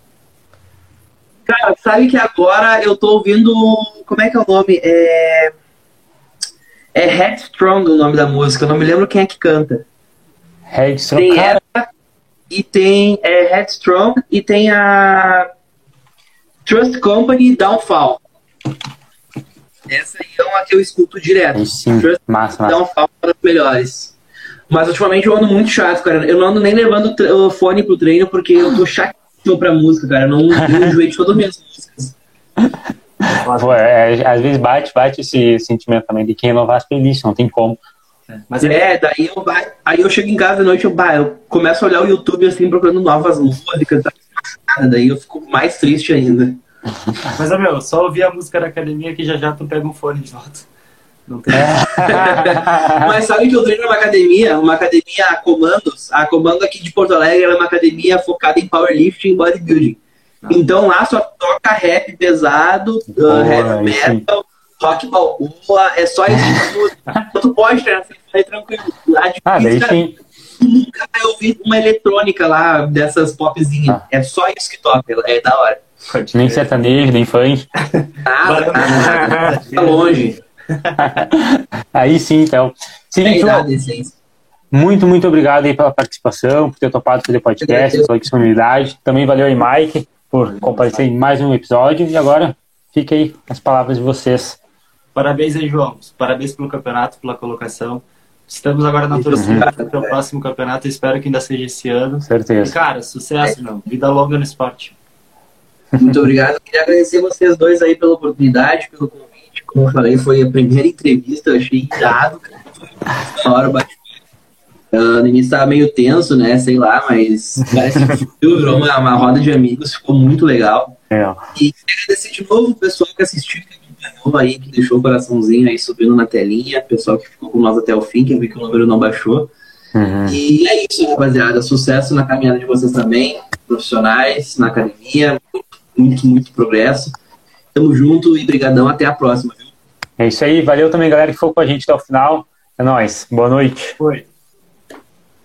Cara, sabe que agora eu tô ouvindo. Como é que é o nome? É. É Headstrong o nome da música. Eu não me lembro quem é que canta. Headstrong, Tem cara. essa e tem é, Headstrong e tem a Trust Company Downfall. Essa aí é uma que eu escuto direto. Aí sim, Trust massa, massa. Downfall é uma das melhores. Mas ultimamente eu ando muito chato, cara. Eu não ando nem levando o tre- o fone pro treino porque eu tô chatíssimo pra música, cara. Eu não eu enjoei de todas as minhas músicas. Pô, é, às vezes bate, bate esse sentimento também de quem renovar as playlists, não tem como. Mas É, daí eu, vai- aí eu chego em casa à noite, eu, bah, eu começo a olhar o YouTube assim, procurando novas músicas, tá? Daí eu fico mais triste ainda. Mas, ó, meu, só ouvir a música da academia que já já tu pega um fone de volta. Não tem. Mas sabe que eu treino numa academia, uma academia a comandos. A comando aqui de Porto Alegre ela é uma academia focada em powerlifting e bodybuilding. Ah. Então lá só toca rap pesado, uh, Boa, heavy aí sim. metal, rock balboa, é só isso. Então tu pode treinar assim, vai tranquilo. Lá de Ah, daí física, sim. tu nunca vai ouvir uma eletrônica lá dessas popzinhas. Ah. É só isso que toca, é da hora. Pode Nem crer. sertanejo, nem funk. Nada, nada, nada. Tá longe. Aí sim, então. É Seguinte, João, idade, essência. muito, muito obrigado aí pela participação, por ter topado fazer podcast, pela disponibilidade. Também valeu aí, Mike, por comparecer em mais um episódio. E agora, fica aí as palavras de vocês. Parabéns aí, João. Parabéns pelo campeonato, pela colocação. Estamos agora na torcida para o próximo campeonato. Espero que ainda seja esse ano. Com E, certeza. cara, sucesso, meu. Vida longa no esporte. Muito obrigado. Queria agradecer vocês dois aí pela oportunidade, pelo convite. Como eu falei, foi a primeira entrevista, eu achei irado. Foi uma hora bate. Uh, no início estava meio tenso, né? Sei lá, mas parece que virou uma, uma roda de amigos, ficou muito legal. É. E queria agradecer de novo o pessoal que assistiu, que acompanhou aí, que deixou o coraçãozinho aí subindo na telinha, o pessoal que ficou com nós até o fim, que eu vi que o número não baixou. Uhum. E é isso, rapaziada. Sucesso na caminhada de vocês também, profissionais, na academia, muito, muito, muito progresso. Tamo junto e brigadão, até a próxima, viu? É isso aí, valeu também, galera, que ficou com a gente até o final. É nóis, boa noite. Foi.